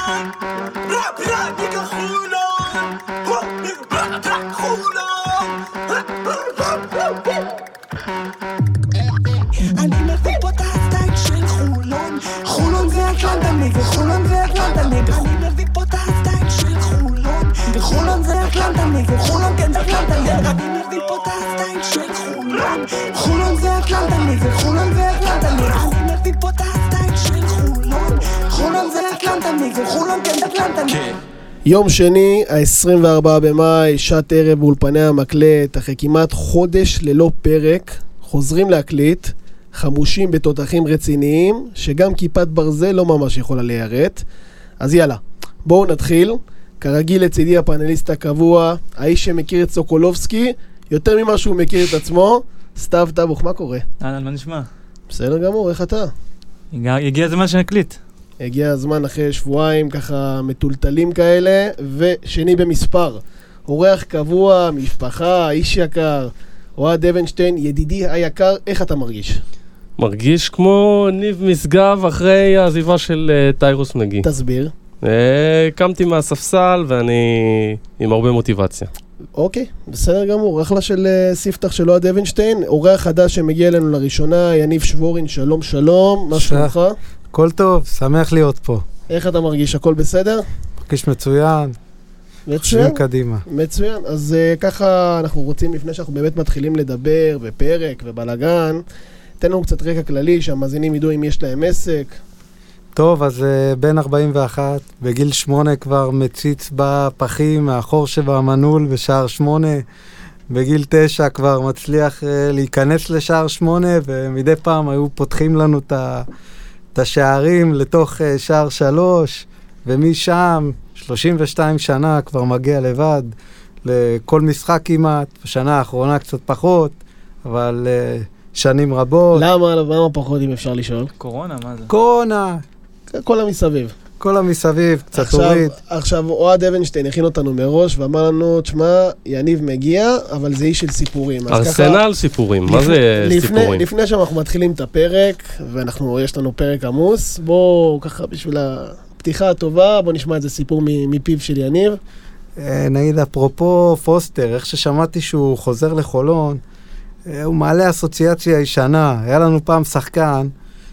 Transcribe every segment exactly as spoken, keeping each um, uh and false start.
אני מביא פה את הסטייל של חולון, חולון זה אטלנטה ניגה, חולון זה אטלנטה ניגה. אני מביא פה את הסטייל של חולון, חולון זה אטלנטה ניגה, חולון כן זה אטלנטה ניגה. אני מביא פה את הסטייל של חולון, חולון זה אטלנטה ניגה, חולון זה אטלנטה ניגה. אני מביא פה את הסטייל של חולון, חולון זה אטלנטה ניגה, חולון כן זה אטלנטה ניגה. יום שני, ה-עשרים וארבעה במאי, שעת ערב באולפני המקלט, אחרי כמעט חודש ללא פרק, חוזרים להקליט, חמושים בתותחים רציניים, שגם כיפת ברזל לא ממש יכולה להירט. אז יאללה, בואו נתחיל. כרגיל לצידי הפאנליסט הקבוע, האיש שמכיר את סוקולובסקי, יותר ממה שהוא מכיר את עצמו, סתיו טבוך, מה קורה? אהלן, מה נשמע? בסדר גמור, איך אתה? הגיע הזמן שנקליט. הגיע הזמן אחרי שבועיים ככה מטולטלים כאלה, ושני במספר. אורח קבוע, משפחה, איש יקר, אוהד אבנשטיין, ידידי היקר, איך אתה מרגיש? מרגיש כמו ניב משגב אחרי העזיבה של uh, טיירוס מגי. תסביר. Uh, קמתי מהספסל ואני עם הרבה מוטיבציה. אוקיי, בסדר גמור. אחלה של uh, ספתח של אוהד אבנשטיין. אורח חדש שמגיע אלינו לראשונה, יניב שבורין, שלום שלום. מה שלומך? הכל טוב, שמח להיות פה. איך אתה מרגיש? הכל בסדר? מרגיש מצוין. מצוין. קדימה. מצוין. אז uh, ככה אנחנו רוצים, לפני שאנחנו באמת מתחילים לדבר בפרק ובלגן, תן לנו קצת רקע כללי, שהמאזינים ידעו אם יש להם עסק. טוב, אז uh, בן ארבעים ואחת, בגיל שמונה כבר מציץ בפחים, מאחור שבמנעול בשער שמונה, בגיל תשע כבר מצליח uh, להיכנס לשער שמונה, ומדי פעם היו פותחים לנו את ה... את השערים לתוך uh, שער שלוש, ומשם שלושים ושתיים שנה כבר מגיע לבד לכל משחק כמעט, בשנה האחרונה קצת פחות, אבל uh, שנים רבות. למה? למה פחות אם אפשר לשאול? קורונה, מה זה? קורונה. כל המסביב. כל המסביב, קצת הוריד. עכשיו, אוהד אבנשטיין הכין אותנו מראש ואמר לנו, תשמע, יניב מגיע, אבל זה איש של סיפורים. ארסנל סיפורים, מה זה סיפורים? לפני שאנחנו מתחילים את הפרק, ואנחנו, יש לנו פרק עמוס, בואו ככה בשביל הפתיחה הטובה, בואו נשמע איזה סיפור מפיו של יניב. נגיד, אפרופו פוסטר, איך ששמעתי שהוא חוזר לחולון, הוא מעלה אסוציאציה ישנה. היה לנו פעם שחקן,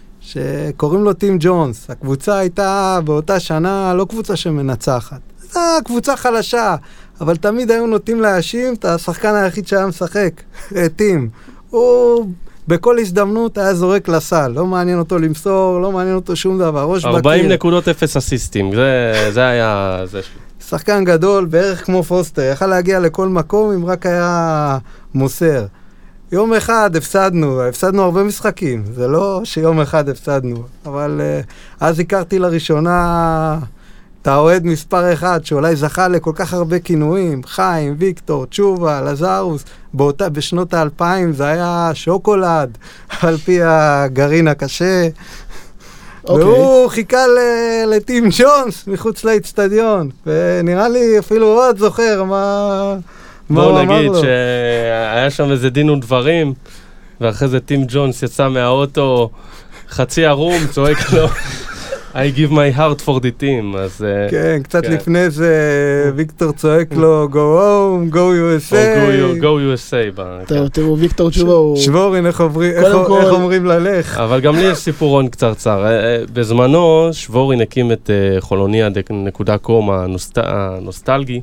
שקוראים לו טים ג'ונס. הקבוצה הייתה באותה שנה לא קבוצה שמנצחת. זו קבוצה חלשה, אבל תמיד היו נוטים להאשים את השחקן היחיד שהיה משחק, טים. הוא בכל הזדמנות היה זורק לסל, לא מעניין אותו למסור, לא מעניין אותו שום דבר, ראש בקיר. ארבעים נקודות אפס אסיסטים, זה, זה היה... זה... שחקן גדול, בערך כמו פוסטר, יכל להגיע לכל מקום אם רק היה מוסר. יום אחד הפסדנו, הפסדנו הרבה משחקים, זה לא שיום אחד הפסדנו, אבל uh, אז הכרתי לראשונה את האוהד מספר אחד, שאולי זכה לכל כך הרבה כינויים, חיים, ויקטור, תשובה, לזרוס, באותה, בשנות האלפיים זה היה שוקולד, על פי הגרעין הקשה, okay. והוא חיכה לטים ג'ונס מחוץ לאצטדיון, ונראה לי אפילו עוד זוכר מה... בואו נגיד שהיה שם איזה דין ודברים, ואחרי זה טים ג'ונס יצא מהאוטו חצי ערום, צועק לו, I give my heart for the team. אז, כן, קצת כן. לפני זה ויקטור צועק לו, go home, go יו אס איי. go, go יו אס איי. טוב, תראו, ויקטור תשובה הוא... שבורין, איך, איך, כל... איך אומרים ללך? אבל גם לי יש סיפורון קצרצר. בזמנו, שבורין הקים את חולוניה נקודה קום הנוסטלגי,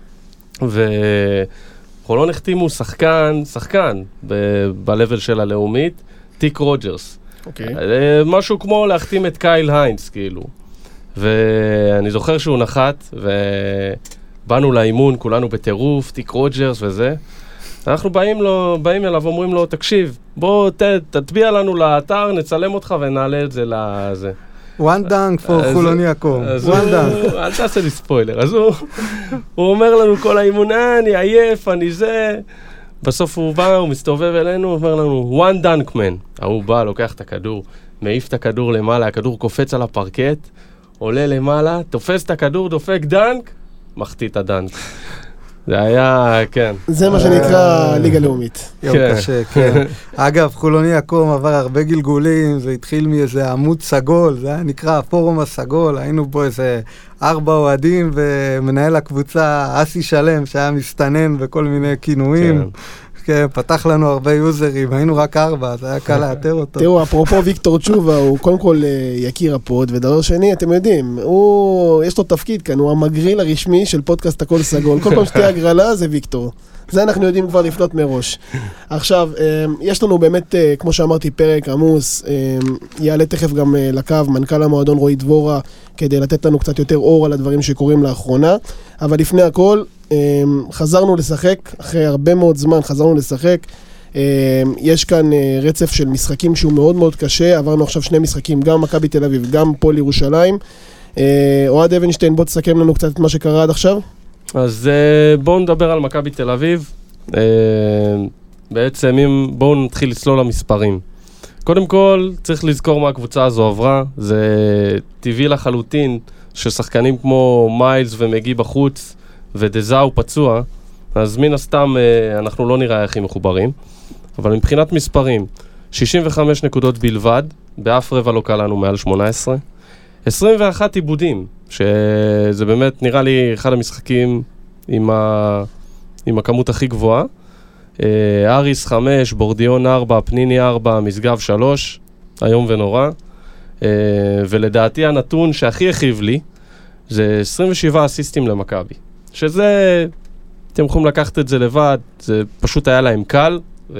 וחולון החתימו שחקן, שחקן ב-level של הלאומית, טיק רוג'רס. אוקיי. משהו כמו להחתים את קייל היינס, כאילו. ואני זוכר שהוא נחת, ובאנו לאימון, כולנו בטירוף, טיק רוג'רס וזה. אנחנו באים, לו, באים אליו ואומרים לו, תקשיב, בוא ת, תטביע לנו לאתר, נצלם אותך ונעלה את זה לזה. one dunk for חולוניה קום. one dunk. אל תעשה לי ספוילר. אז הוא, הוא אומר לנו כל האימונה, אני עייף, אני זה. בסוף הוא בא, הוא מסתובב אלינו, הוא אומר לנו, one dunk man. הוא בא, לוקח את הכדור, מעיף את הכדור למעלה, הכדור קופץ על הפרקט, עולה למעלה, תופס את הכדור, דופק דנק, מחטיא את הדנק. זה היה, כן. זה מה שנקרא ליגה לאומית. יום קשה, כן. אגב, חולוני הקום עבר הרבה גלגולים, זה התחיל מאיזה עמוד סגול, זה היה נקרא הפורום הסגול, היינו בו איזה ארבע אוהדים, ומנהל הקבוצה אסי שלם, שהיה מסתנן בכל מיני כינויים. כן, פתח לנו הרבה יוזרים, היינו רק ארבע, אז היה קל לאתר אותו. תראו, אפרופו ויקטור תשובה, הוא קודם כל יקיר הפוד, ודבר שני, אתם יודעים, הוא, יש לו תפקיד כאן, הוא המגריל הרשמי של פודקאסט הכל סגול. כל פעם שתהיה הגרלה זה ויקטור. זה אנחנו יודעים כבר לפנות מראש. עכשיו, יש לנו באמת, כמו שאמרתי, פרק עמוס, יעלה תכף גם לקו מנכ"ל המועדון רועי דבורה, כדי לתת לנו קצת יותר אור על הדברים שקורים לאחרונה, אבל לפני הכל, חזרנו לשחק, אחרי הרבה מאוד זמן חזרנו לשחק, יש כאן רצף של משחקים שהוא מאוד מאוד קשה, עברנו עכשיו שני משחקים, גם מכבי תל אביב, גם הפועל ירושלים. אוהד אבנשטיין, בוא תסכם לנו קצת את מה שקרה עד עכשיו. אז בואו נדבר על מכבי תל אביב. בעצם אם בואו נתחיל לצלול למספרים. קודם כל צריך לזכור מה הקבוצה הזו עברה, זה טבעי לחלוטין ששחקנים כמו מיילס ומגי בחוץ ודזאו פצוע, אז מן הסתם אנחנו לא נראה הכי מחוברים, אבל מבחינת מספרים, שישים וחמש נקודות בלבד, באף רבע לא קלענו מעל שמונה עשרה, עשרים ואחת עיבודים, שזה באמת נראה לי אחד המשחקים עם, ה... עם הכמות הכי גבוהה, אריס חמש, בורדיון ארבע, פניני ארבע, משגב שלוש, היום ונורא, ולדעתי הנתון שהכי הכיב לי, זה עשרים ושבעה אסיסטים למכבי. שזה, אתם יכולים לקחת את זה לבד, זה פשוט היה להם קל,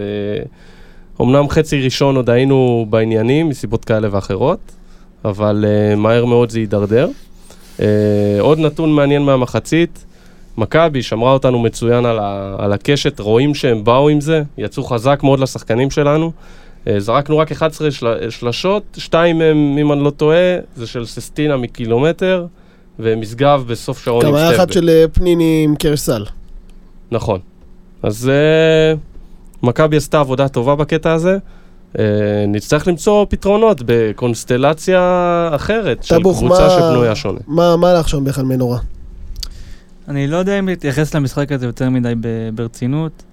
ואומנם חצי ראשון עוד היינו בעניינים, מסיבות כאלה ואחרות, אבל uh, מהר מאוד זה יידרדר. Uh, עוד נתון מעניין מהמחצית, מכבי שמרה אותנו מצוין על, ה- על הקשת, רואים שהם באו עם זה, יצאו חזק מאוד לשחקנים שלנו, uh, זרקנו רק אחת עשרה של- שלשות, שתיים מהם, אם אני לא טועה, זה של ססטינה מקילומטר, ומשגב בסוף שעון עם גם שטבל. היה אחד של פניני עם קרש סל. נכון. אז uh, מכבי עשתה עבודה טובה בקטע הזה, uh, נצטרך למצוא פתרונות בקונסטלציה אחרת של טבוך, קבוצה מה- שבנויה שונה. מה מה הלך שם בכלל מנורה? אני לא יודע אם להתייחס למשחק הזה יותר מדי ב- ברצינות.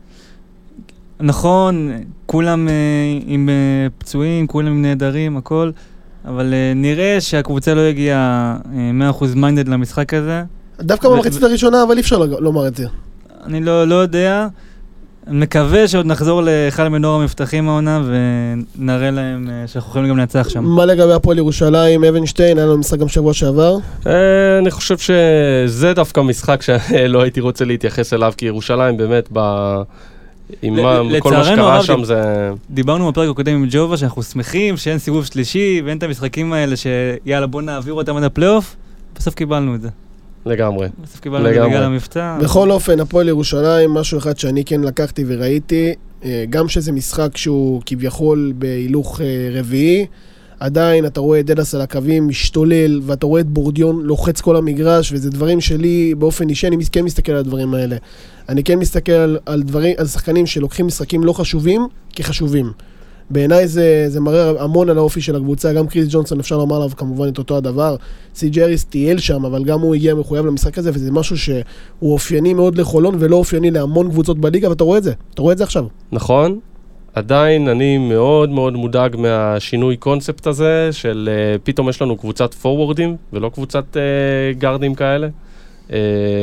נכון, כולם אה, עם אה, פצועים, כולם עם נהדרים, הכל, אבל אה, נראה שהקבוצה לא הגיעה אה, מאה אחוז מיינדד למשחק הזה. דווקא ו- במחצית הראשונה, אבל אי אפשר לג- לומר את זה. אני לא, לא יודע. אני מקווה שעוד נחזור לאחד מנור המבטחים העונה ונראה להם אה, שאנחנו יכולים גם לנצח שם. מה לגבי הפועל ירושלים, אבנשטיין, היה לנו משחק גם שבוע שעבר. אה, אני חושב שזה דווקא משחק שלא הייתי רוצה להתייחס אליו, כי ירושלים באמת, ב... עם ל- מה- כל מה לצערנו שקרה הרב, שם זה... דיברנו בפרק הקודם עם ג'ובה שאנחנו שמחים שאין סיבוב שלישי ואין את המשחקים האלה שיאללה בוא נעביר אותם עד הפלייאוף. בסוף קיבלנו את זה. לגמרי. בסוף קיבלנו את זה לגמרי. בגלל המבצע. בכל אופן, הפועל ירושלים, משהו אחד שאני כן לקחתי וראיתי, אה, גם שזה משחק שהוא כביכול בהילוך אה, רביעי, עדיין אתה רואה את דדס על הקווים משתולל, ואתה רואה את בורדיון לוחץ כל המגרש, וזה דברים שלי באופן אישי, אני כן מסתכל על הדברים האלה. אני כן מסתכל על, על, דברים, על שחקנים שלוקחים משחקים לא חשובים כחשובים. בעיניי זה, זה מראה המון על האופי של הקבוצה, גם קריס ג'ונסון אפשר לומר עליו כמובן את אותו הדבר, סי ג'ריס טייל שם, אבל גם הוא הגיע מחויב למשחק הזה, וזה משהו שהוא אופייני מאוד לחולון, ולא אופייני להמון קבוצות בליגה, ואתה רואה את זה, אתה רואה את זה עכשיו. נכון. עדיין אני מאוד מאוד מודאג מהשינוי קונספט הזה, של uh, פתאום יש לנו קבוצת פורורדים, ולא קבוצת uh, גארדים כאלה. Uh,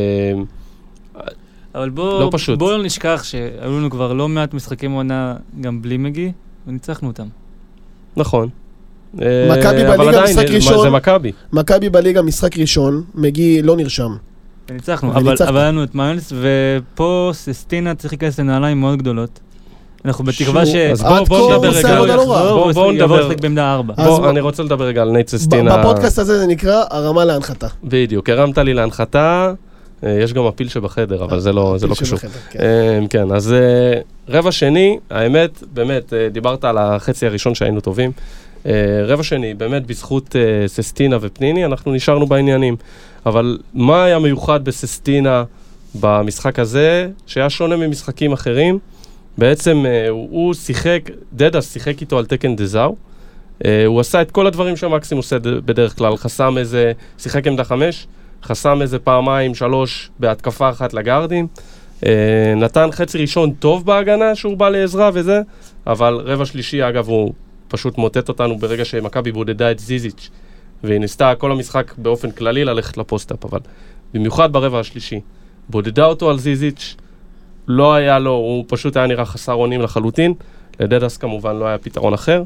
אבל בוא, לא פשוט. בוא לא נשכח שהיו לנו כבר לא מעט משחקים עונה גם בלי מגי, וניצחנו אותם. נכון. מכבי אבל בליגה עדיין, משחק זה- ראשון. זה מכבי. מכבי בליגה משחק ראשון, מגי לא נרשם. וניצחנו, אבל, וניצחנו. אבל היה לנו את מיילס, ופה ססטינה צריך להיכנס לנעליים מאוד גדולות. אנחנו בתקווה ש... אז בוא- עד בוא כה נדבר הוא עושה רגע. עבודה לא רעה. בוא- בוא יבוא נדבר. לשחק בעמדה ארבע. אז בוא, מה- אני רוצה לדבר רגע על נייט ב- ססטינה. בפודקאסט הזה זה נקרא הרמה להנחתה. בדיוק, הרמת לי להנחתה. אה, יש גם הפיל שבחדר, אבל זה לא זה לא קשור. שבחדר, כן. אה, כן, אז אה, רבע שני, האמת, באמת, אה, דיברת על החצי הראשון שהיינו טובים. אה, רבע שני, באמת בזכות אה, ססטינה ופניני, אנחנו נשארנו בעניינים. אבל מה היה מיוחד בססטינה במשחק הזה, שהיה שונה ממשחקים אחרים? בעצם אה, הוא, הוא שיחק, דדס שיחק איתו על תקן דזאו. אה, הוא עשה את כל הדברים שמקסימום עושה ד- בדרך כלל, חסם איזה, שיחק עמדה חמש, חסם איזה פעמיים, שלוש, בהתקפה אחת לגארדים, נתן חצי ראשון טוב בהגנה, שהוא בא לעזרה וזה, אבל רבע שלישי, אגב, הוא פשוט מוטט אותנו ברגע שמכבי בודדה את זיזיץ', והיא ניסתה כל המשחק באופן כללי ללכת לפוסט-אפ, אבל במיוחד ברבע השלישי, בודדה אותו על זיזיץ', לא היה לו, הוא פשוט היה נראה חסר אונים לחלוטין, לדדס כמובן לא היה פתרון אחר,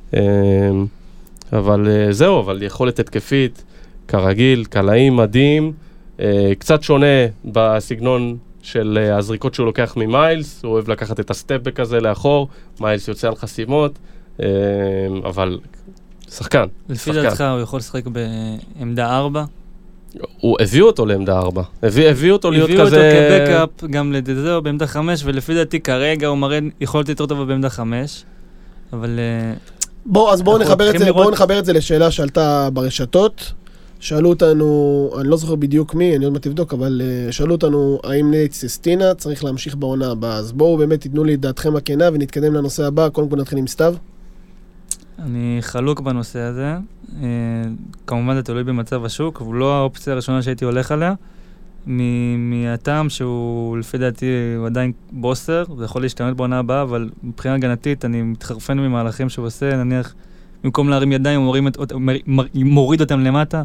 אבל זהו, אבל יכולת התקפית, כרגיל, קלעים מדהים, קצת שונה בסגנון של הזריקות שהוא לוקח ממיילס, הוא אוהב לקחת את הסטפבק הזה לאחור, מיילס יוצא על חסימות, אבל שחקן. לפי דעתך הוא יכול לשחק בעמדה ארבע? הוא הביא אותו לעמדה ארבע. הביא אותו להיות כזה... הביאו אותו כבקאפ גם לדזר בעמדה חמש, ולפי דעתי כרגע הוא מראה יכולת יותר טובה בעמדה חמש, אבל... בוא, אז בואו נחבר את זה, בואו נחבר את זה לשאלה שעלתה ברשתות. שאלו אותנו, אני לא זוכר בדיוק מי, אני עוד מעט תבדוק, אבל שאלו אותנו, האם נייט ססטינה צריך להמשיך בעונה הבאה? אז בואו באמת תיתנו לי דעתכם הכנה ונתקדם לנושא הבא. קודם כל נתחיל עם סתיו. אני חלוק בנושא הזה. כמובן זה תלוי במצב השוק, והוא לא האופציה הראשונה שהייתי הולך עליה. מהטעם שהוא לפי דעתי הוא עדיין בוסר, זה יכול להשתנות בעונה הבאה, אבל מבחינה הגנתית אני מתחרפן ממהלכים שהוא עושה, נניח במקום להרים ידיים הוא מוריד אותם למטה.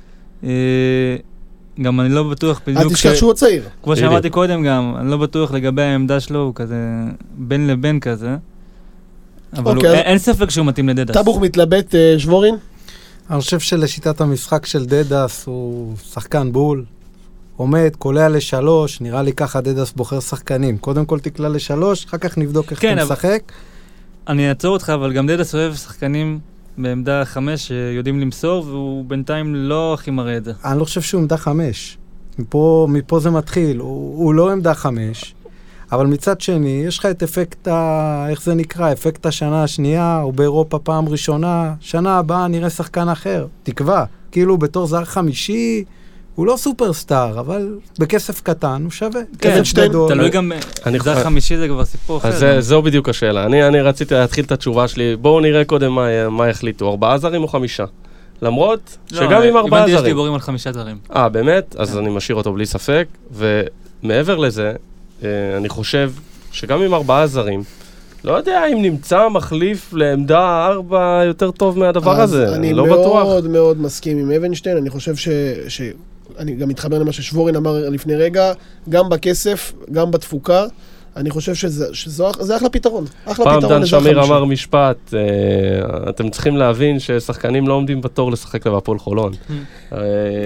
גם אני לא בטוח בדיוק... אל תשכח שהוא צעיר. כמו שאמרתי קודם גם, אני לא בטוח לגבי העמדה שלו, הוא כזה בין לבין כזה. אבל אין ספק שהוא מתאים לדדס. טבוך מתלבט שבורין? אני חושב שלשיטת המשחק של דדס הוא שחקן בול. עומד, קולע לשלוש, נראה לי ככה דדס בוחר שחקנים. קודם כל תקלע לשלוש, אחר כך נבדוק איך אתה משחק. אני אעצור אותך, אבל גם דדס אוהב שחקנים בעמדה חמש שיודעים למסור, והוא בינתיים לא הכי מראה את זה. אני לא חושב שהוא עמדה חמש. מפה, מפה זה מתחיל. הוא, הוא לא עמדה חמש, אבל מצד שני, יש לך את אפקט ה... איך זה נקרא? אפקט השנה השנייה, או באירופה פעם ראשונה. שנה הבאה נראה שחקן אחר. תקווה. כאילו בתור זר חמישי... הוא לא סופרסטאר, אבל בכסף קטן הוא שווה. כן, תלוי גם, זר חמישי זה כבר סיפור אחר. אז זו בדיוק השאלה. אני רציתי להתחיל את התשובה שלי. בואו נראה קודם מה יחליטו, ארבעה זרים או חמישה? למרות שגם עם ארבעה זרים. יש דיבורים על חמישה זרים. אה, באמת? אז אני משאיר אותו בלי ספק. ומעבר לזה, אני חושב שגם עם ארבעה זרים, לא יודע אם נמצא מחליף לעמדה ארבע יותר טוב מהדבר הזה. אני מאוד מאוד מסכים עם אבנשטיין. אני חושב ש... אני גם מתחבר למה ששבורין אמר לפני רגע, גם בכסף, גם בתפוקה, אני חושב שזה, שזה, זה אחלה פתרון. אחלה פעם פתרון דן שמיר אמר משפט, אה, אתם צריכים להבין ששחקנים לא עומדים בתור לשחק בהפועל חולון. אה,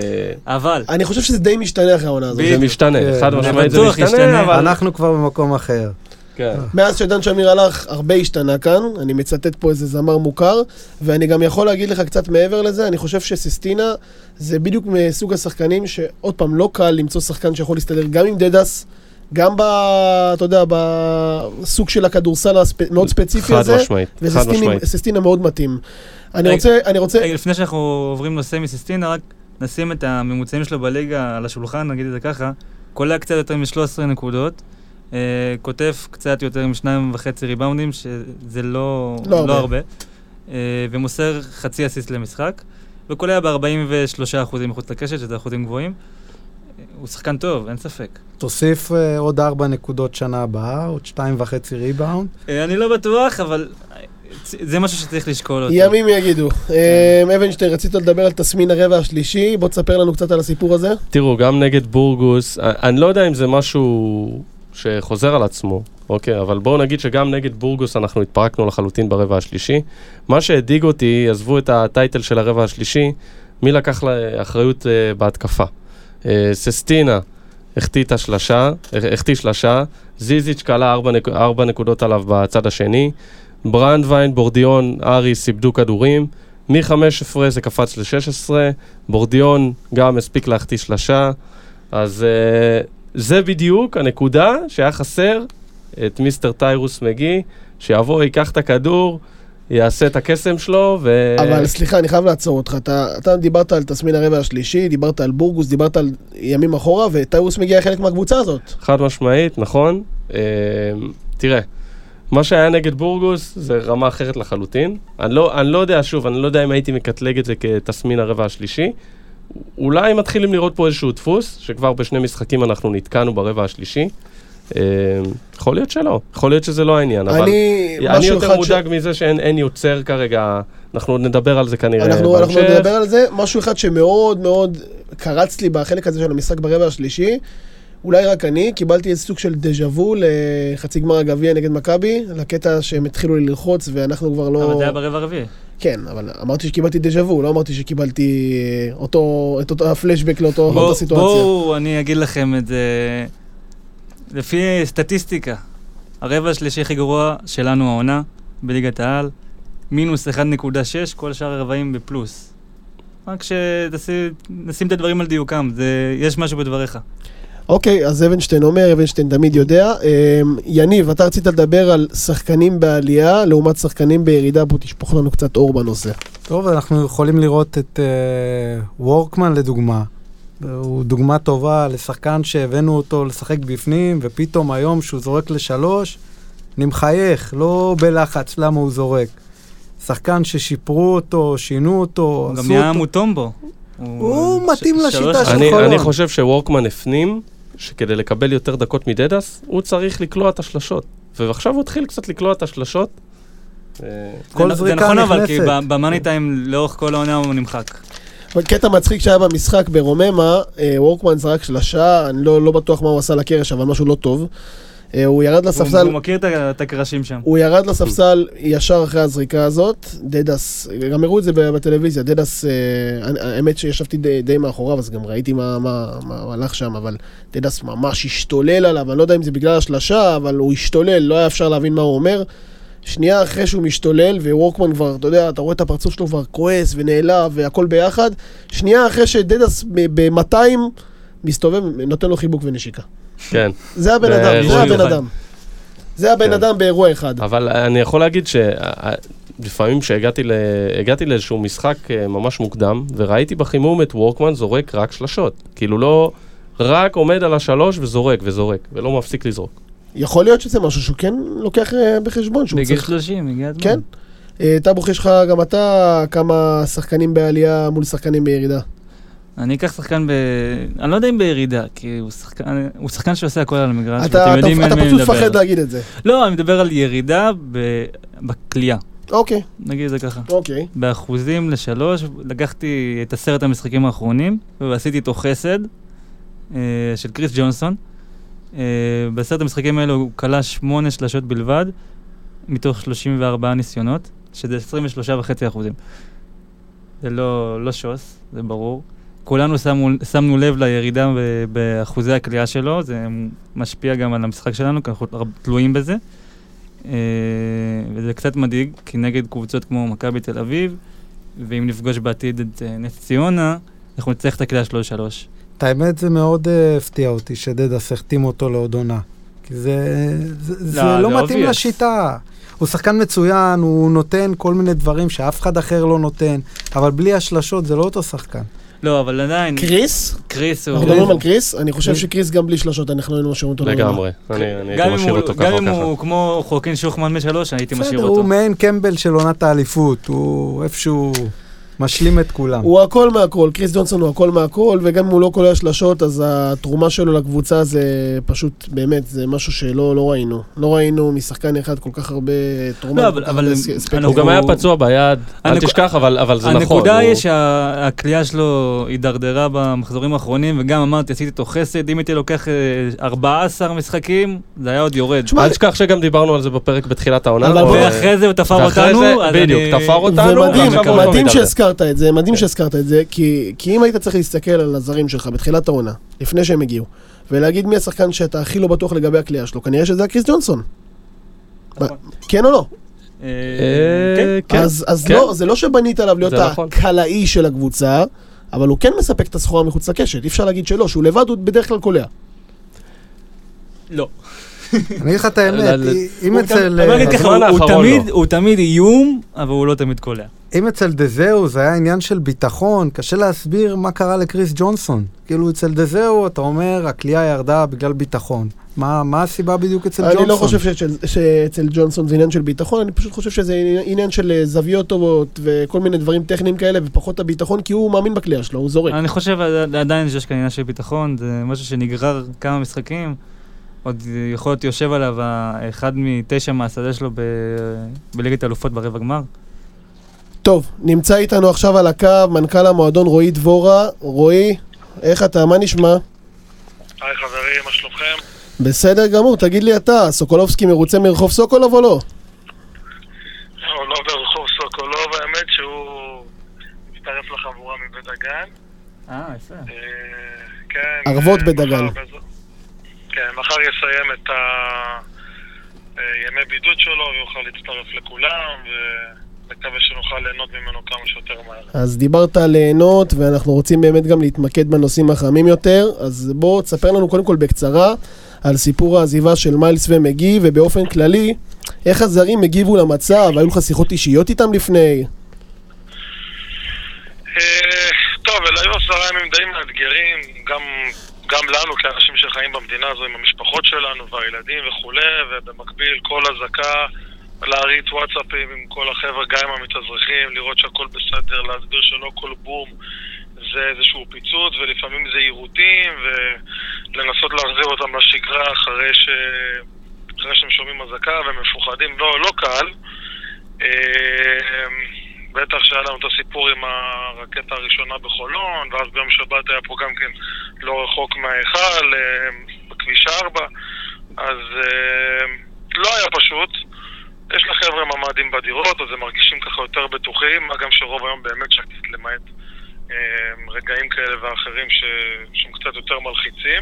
אבל... אני חושב שזה די משתנה אחרי העונה הזאת. זה משתנה, אחד משמעית זה משתנה, אבל... אנחנו כבר במקום אחר. מאז שדן שמיר הלך, הרבה השתנה כאן, אני מצטט פה איזה זמר מוכר, ואני גם יכול להגיד לך קצת מעבר לזה, אני חושב שססטינה זה בדיוק מסוג השחקנים שעוד פעם לא קל למצוא שחקן שיכול להסתדר גם עם דדס, גם ב... אתה יודע, בסוג של הכדורסל המאוד ספציפי הזה, וססטינה מאוד מתאים. אני רוצה, אני רוצה... לפני שאנחנו עוברים נושא מססטינה, רק נשים את הממוצעים שלו בליגה על השולחן, נגיד את זה ככה, קולע קצת יותר מ-שלוש עשרה נקודות, Uh, כותב קצת יותר משניים וחצי ריבאונדים, שזה לא, לא, לא הרבה, uh, ומוסר חצי אסיסט למשחק, וקולע ב-ארבעים ושלושה אחוזים מחוץ לקשת, שזה אחוזים גבוהים. Uh, הוא שחקן טוב, אין ספק. תוסיף uh, עוד ארבע נקודות שנה הבאה, עוד שתיים וחצי ריבאונד. Uh, אני לא בטוח, אבל זה משהו שצריך לשקול אותו. ימים יגידו. Uh, אבנשטיין, רצית לדבר על תסמין הרבע השלישי, בוא תספר לנו קצת על הסיפור הזה. תראו, גם נגד בורגוס, אני לא יודע אם זה משהו... שחוזר על עצמו, אוקיי, אבל בואו נגיד שגם נגד בורגוס אנחנו התפרקנו לחלוטין ברבע השלישי. מה שהדיג אותי, עזבו את הטייטל של הרבע השלישי, מי לקח לאחריות uh, בהתקפה. Uh, ססטינה החטיא את השלשה, החטיא שלשה, זיזיץ' קלה ארבע, נק... ארבע נקודות עליו בצד השני, ברנדווין, בורדיון, אריס איבדו כדורים, מ-חמש עשרה זה קפץ ל-שש עשרה, בורדיון גם הספיק להחטיא שלשה, אז... Uh, זה בדיוק הנקודה שהיה חסר את מיסטר טיירוס מגי, שיבוא, ייקח את הכדור, יעשה את הקסם שלו, ו... אבל סליחה, אני חייב לעצור אותך. אתה, אתה דיברת על תסמין הרבע השלישי, דיברת על בורגוס, דיברת על ימים אחורה, וטיירוס מגיע חלק מהקבוצה הזאת. חד משמעית, נכון. אה, תראה, מה שהיה נגד בורגוס זה רמה אחרת לחלוטין. אני לא, אני לא יודע, שוב, אני לא יודע אם הייתי מקטלג את זה כתסמין הרבע השלישי. אולי מתחילים לראות פה איזשהו דפוס, שכבר בשני משחקים אנחנו נתקענו ברבע השלישי, יכול להיות שלא, יכול להיות שזה לא העניין, אבל אני יותר מודאג מזה שאין יוצר כרגע, אנחנו נדבר על זה כנראה בהמשך. אנחנו נדבר על זה, משהו אחד שמאוד מאוד קרץ לי בחלק הזה של המשחק ברבע השלישי, אולי רק אני, קיבלתי איזה סוג של דז'אבו לחצי גמר הגביע נגד מכבי, לקטע שהם התחילו לי ללחוץ ואנחנו כבר לא... אבל זה היה ברבע הרביעי. כן, אבל אמרתי שקיבלתי דז'אבו, לא אמרתי שקיבלתי אותו, את אותו הפלשבק לאותו, לאותה סיטואציה. בואו, אני אגיד לכם את זה, לפי סטטיסטיקה, הרבע השלישי הכי גרוע שלנו העונה, בליגת העל, מינוס אחת נקודה שש, כל שאר הרבעים בפלוס. רק שנשים את הדברים על דיוקם, יש משהו בדבריך. אוקיי, אז אבנשטיין אומר, אבנשטיין תמיד יודע. יניב, אתה רצית לדבר על שחקנים בעלייה, לעומת שחקנים בירידה, בוא תשפוך לנו קצת אור בנושא. טוב, אנחנו יכולים לראות את וורקמן לדוגמה. הוא דוגמה טובה לשחקן שהבאנו אותו לשחק בפנים, ופתאום היום שהוא זורק לשלוש, אני מחייך, לא בלחץ, למה הוא זורק. שחקן ששיפרו אותו, שינו אותו, גם נהיה מוטומבו. הוא מתאים לשיטה של חולון. אני חושב שוורקמן הפנים, שכדי לקבל יותר דקות מדדס, הוא צריך לקלוע את השלשות. ועכשיו הוא התחיל קצת לקלוע את השלשות. כל זריקה נכנסת. זה נכון אבל, כי במאני טיים לאורך כל העונה הוא נמחק. קטע מצחיק שהיה במשחק ברוממה, וורקמן זרק שלשה, אני לא בטוח מה הוא עשה לקרש, אבל משהו לא טוב. הוא ירד לספסל... הוא מכיר את הקרשים שם. הוא ירד לספסל ישר אחרי הזריקה הזאת, דדס, גם הראו את זה בטלוויזיה, דדס, האמת שישבתי די מאחוריו, אז גם ראיתי מה הלך שם, אבל דדס ממש השתולל עליו, אני לא יודע אם זה בגלל השלשה, אבל הוא השתולל, לא היה אפשר להבין מה הוא אומר. שנייה אחרי שהוא משתולל, ווורקמן כבר, אתה יודע, אתה רואה את הפרצוף שלו כבר כועס ונעלב והכל ביחד, שנייה אחרי שדדס ב-מאתיים מסתובב, נותן לו חיבוק ונשיקה. כן. זה הבן אדם, זה הבן אדם. זה הבן אדם באירוע אחד. אבל אני יכול להגיד שלפעמים שהגעתי לאיזשהו משחק ממש מוקדם, וראיתי בחימום את וורקמן זורק רק שלשות. כאילו לא רק עומד על השלוש וזורק וזורק, ולא מפסיק לזרוק. יכול להיות שזה משהו שהוא כן לוקח בחשבון. בגיל שלושים, הגיע הזמן. כן. טאבוך, יש לך גם אתה כמה שחקנים בעלייה מול שחקנים בירידה. אני אקח שחקן ב... אני לא יודע אם בירידה, כי הוא שחקן, הוא שחקן שעושה הכל על המגרש. אתה, אתה, אתה פשוט פחד להגיד את זה. לא, אני מדבר על ירידה ב... בקלייה. אוקיי. נגיד את זה ככה. אוקיי. באחוזים לשלוש, לקחתי את עשרת המשחקים האחרונים, ועשיתי איתו חסד אה, של קריס ג'ונסון. אה, בעשרת המשחקים האלו הוא קלה שמונה שלשות בלבד, מתוך שלושים וארבעה ניסיונות, שזה עשרים ושלושה וחצי אחוזים. זה לא, לא שוס, זה ברור. כולנו שמו, שמנו לב לירידה באחוזי הקליעה שלו, זה משפיע גם על המשחק שלנו, כי אנחנו תלויים בזה. וזה קצת מדאיג, כי נגד קבוצות כמו מכבי תל אביב, ואם נפגוש בעתיד את נס ציונה, אנחנו נצטרך את הקליעה שלו לשלוש. את האמת זה מאוד הפתיע אותי, שדדס החתים אותו לעוד עונה. כי זה, זה, זה לא, לא מתאים obvious. לשיטה. הוא שחקן מצוין, הוא נותן כל מיני דברים שאף אחד אחר לא נותן, אבל בלי השלשות זה לא אותו שחקן. לא, אבל עדיין... קריס? קריס הוא... אנחנו מדברים על קריס? אני חושב שקריס גם בלי שלשות, אנחנו היינו משאיר אותו. לגמרי. אני הייתי משאיר אותו ככה או ככה. גם אם הוא כמו חוקין שוחמן משלוש, הייתי משאיר אותו. הוא מעין קמבל של עונת האליפות, הוא איפשהו משלים את כולם. הוא הכל מהכל, קריס ג'ונסון הוא הכל מהכל, וגם אם הוא לא כולל שלשות, אז התרומה שלו לקבוצה זה פשוט, באמת, זה משהו שלא לא ראינו. לא ראינו משחקן אחד כל כך הרבה תרומה. לא, אבל... הוא גם היה פצוע ביד, אל תשכח, אבל זה נכון. הנקודה היא שהקליעה שלו הידרדרה במחזורים האחרונים, וגם אמרתי, עשיתי אותו חסד, אם הייתי לוקח ארבעה עשר משחקים, זה היה עוד יורד. אל תשכח שגם דיברנו על זה בפרק בתחילת העונה. ואחרי זה הוא תפר אותנו. בדיוק, תפר אותנו. מדהים שהזכרת את זה, מדהים שהזכרת את זה, כי, כי אם היית צריך להסתכל על הזרים שלך בתחילת העונה, לפני שהם הגיעו, ולהגיד מי השחקן שאתה הכי לא בטוח לגבי הקליעה שלו, כנראה שזה היה קריס ג'ונסון. כן או לא? אז לא, זה לא שבנית עליו להיות הקלעי של הקבוצה, אבל הוא כן מספק את הסחורה מחוץ לקשת, אי אפשר להגיד שלא, שהוא לבד הוא בדרך כלל קולע. לא. אני אגיד לך את האמת, אם אצל... הוא תמיד איום, אבל הוא לא תמיד קולע. אם אצל דזהו זה היה עניין של ביטחון, קשה להסביר מה קרה לקריס ג'ונסון. כאילו אצל דזהו אתה אומר, הקליעה ירדה בגלל ביטחון. מה, מה הסיבה בדיוק אצל ג'ונסון? אני לא חושב שאצל ג'ונסון זה עניין של ביטחון, אני פשוט חושב שזה עניין של זוויות טובות וכל מיני דברים טכניים כאלה, ופחות הביטחון, כי הוא מאמין בקליעה שלו, הוא זורק. אני חושב עדיין שיש כאן עניין של ביטחון, זה משהו שנגרר כמה משחקים. עוד יכול להיות יושב עליו אחד מתשע מהשדה שלו בליגת האלופות ברבע גמר. טוב, נמצא איתנו עכשיו על הקו מנכ"ל המועדון רועי דבורה. רועי, איך אתה? מה נשמע? היי חברים, מה שלומכם? בסדר גמור, תגיד לי אתה, סוקולובסקי מרוצה מרחוב סוקולוב או לא? לא, לא ברחוב סוקולוב, האמת שהוא מצטרף לחבורה מבית דגן. אה, יפה. כן. ערבות בית דגן. כן, מחר יסיים את הימי בידוד שלו ויוכל להצטרף לכולם ומקווה שנוכל ליהנות ממנו כמה שיותר מהר. אז דיברת על ליהנות ואנחנו רוצים באמת גם להתמקד בנושאים החמים יותר, אז בוא תספר לנו קודם כל בקצרה על סיפור העזיבה של מיילס ומגי, ובאופן כללי איך הזרים הגיבו למצב, היו לך שיחות אישיות איתם לפני? טוב, אלה היו עשרה ימים די מאתגרים, גם גם לנו כאנשים שחיים במדינה הזו עם המשפחות שלנו והילדים וכולי, ובמקביל כל הזקה להריץ וואטסאפים עם כל החבר'ה, גם עם המתאזרחים, לראות שהכל בסדר, להסביר שלא כל בום זה איזשהו פיצוץ, ולפעמים זה עירותים, ולנסות להחזיר אותם לשגרה אחרי, ש... אחרי שהם שומעים הזקה והם מפוחדים. לא, לא קל. בטח שהיה לנו את הסיפור עם הרקטה הראשונה בחולון, ואז ביום שבת היה פה גם כן לא רחוק מההיכל, בכביש ארבע, אז לא היה פשוט. יש לחבר'ה ממ"דים בדירות, אז הם מרגישים ככה יותר בטוחים, מה גם שרוב היום באמת שקט למעט רגעים כאלה ואחרים ש... שהם קצת יותר מלחיצים.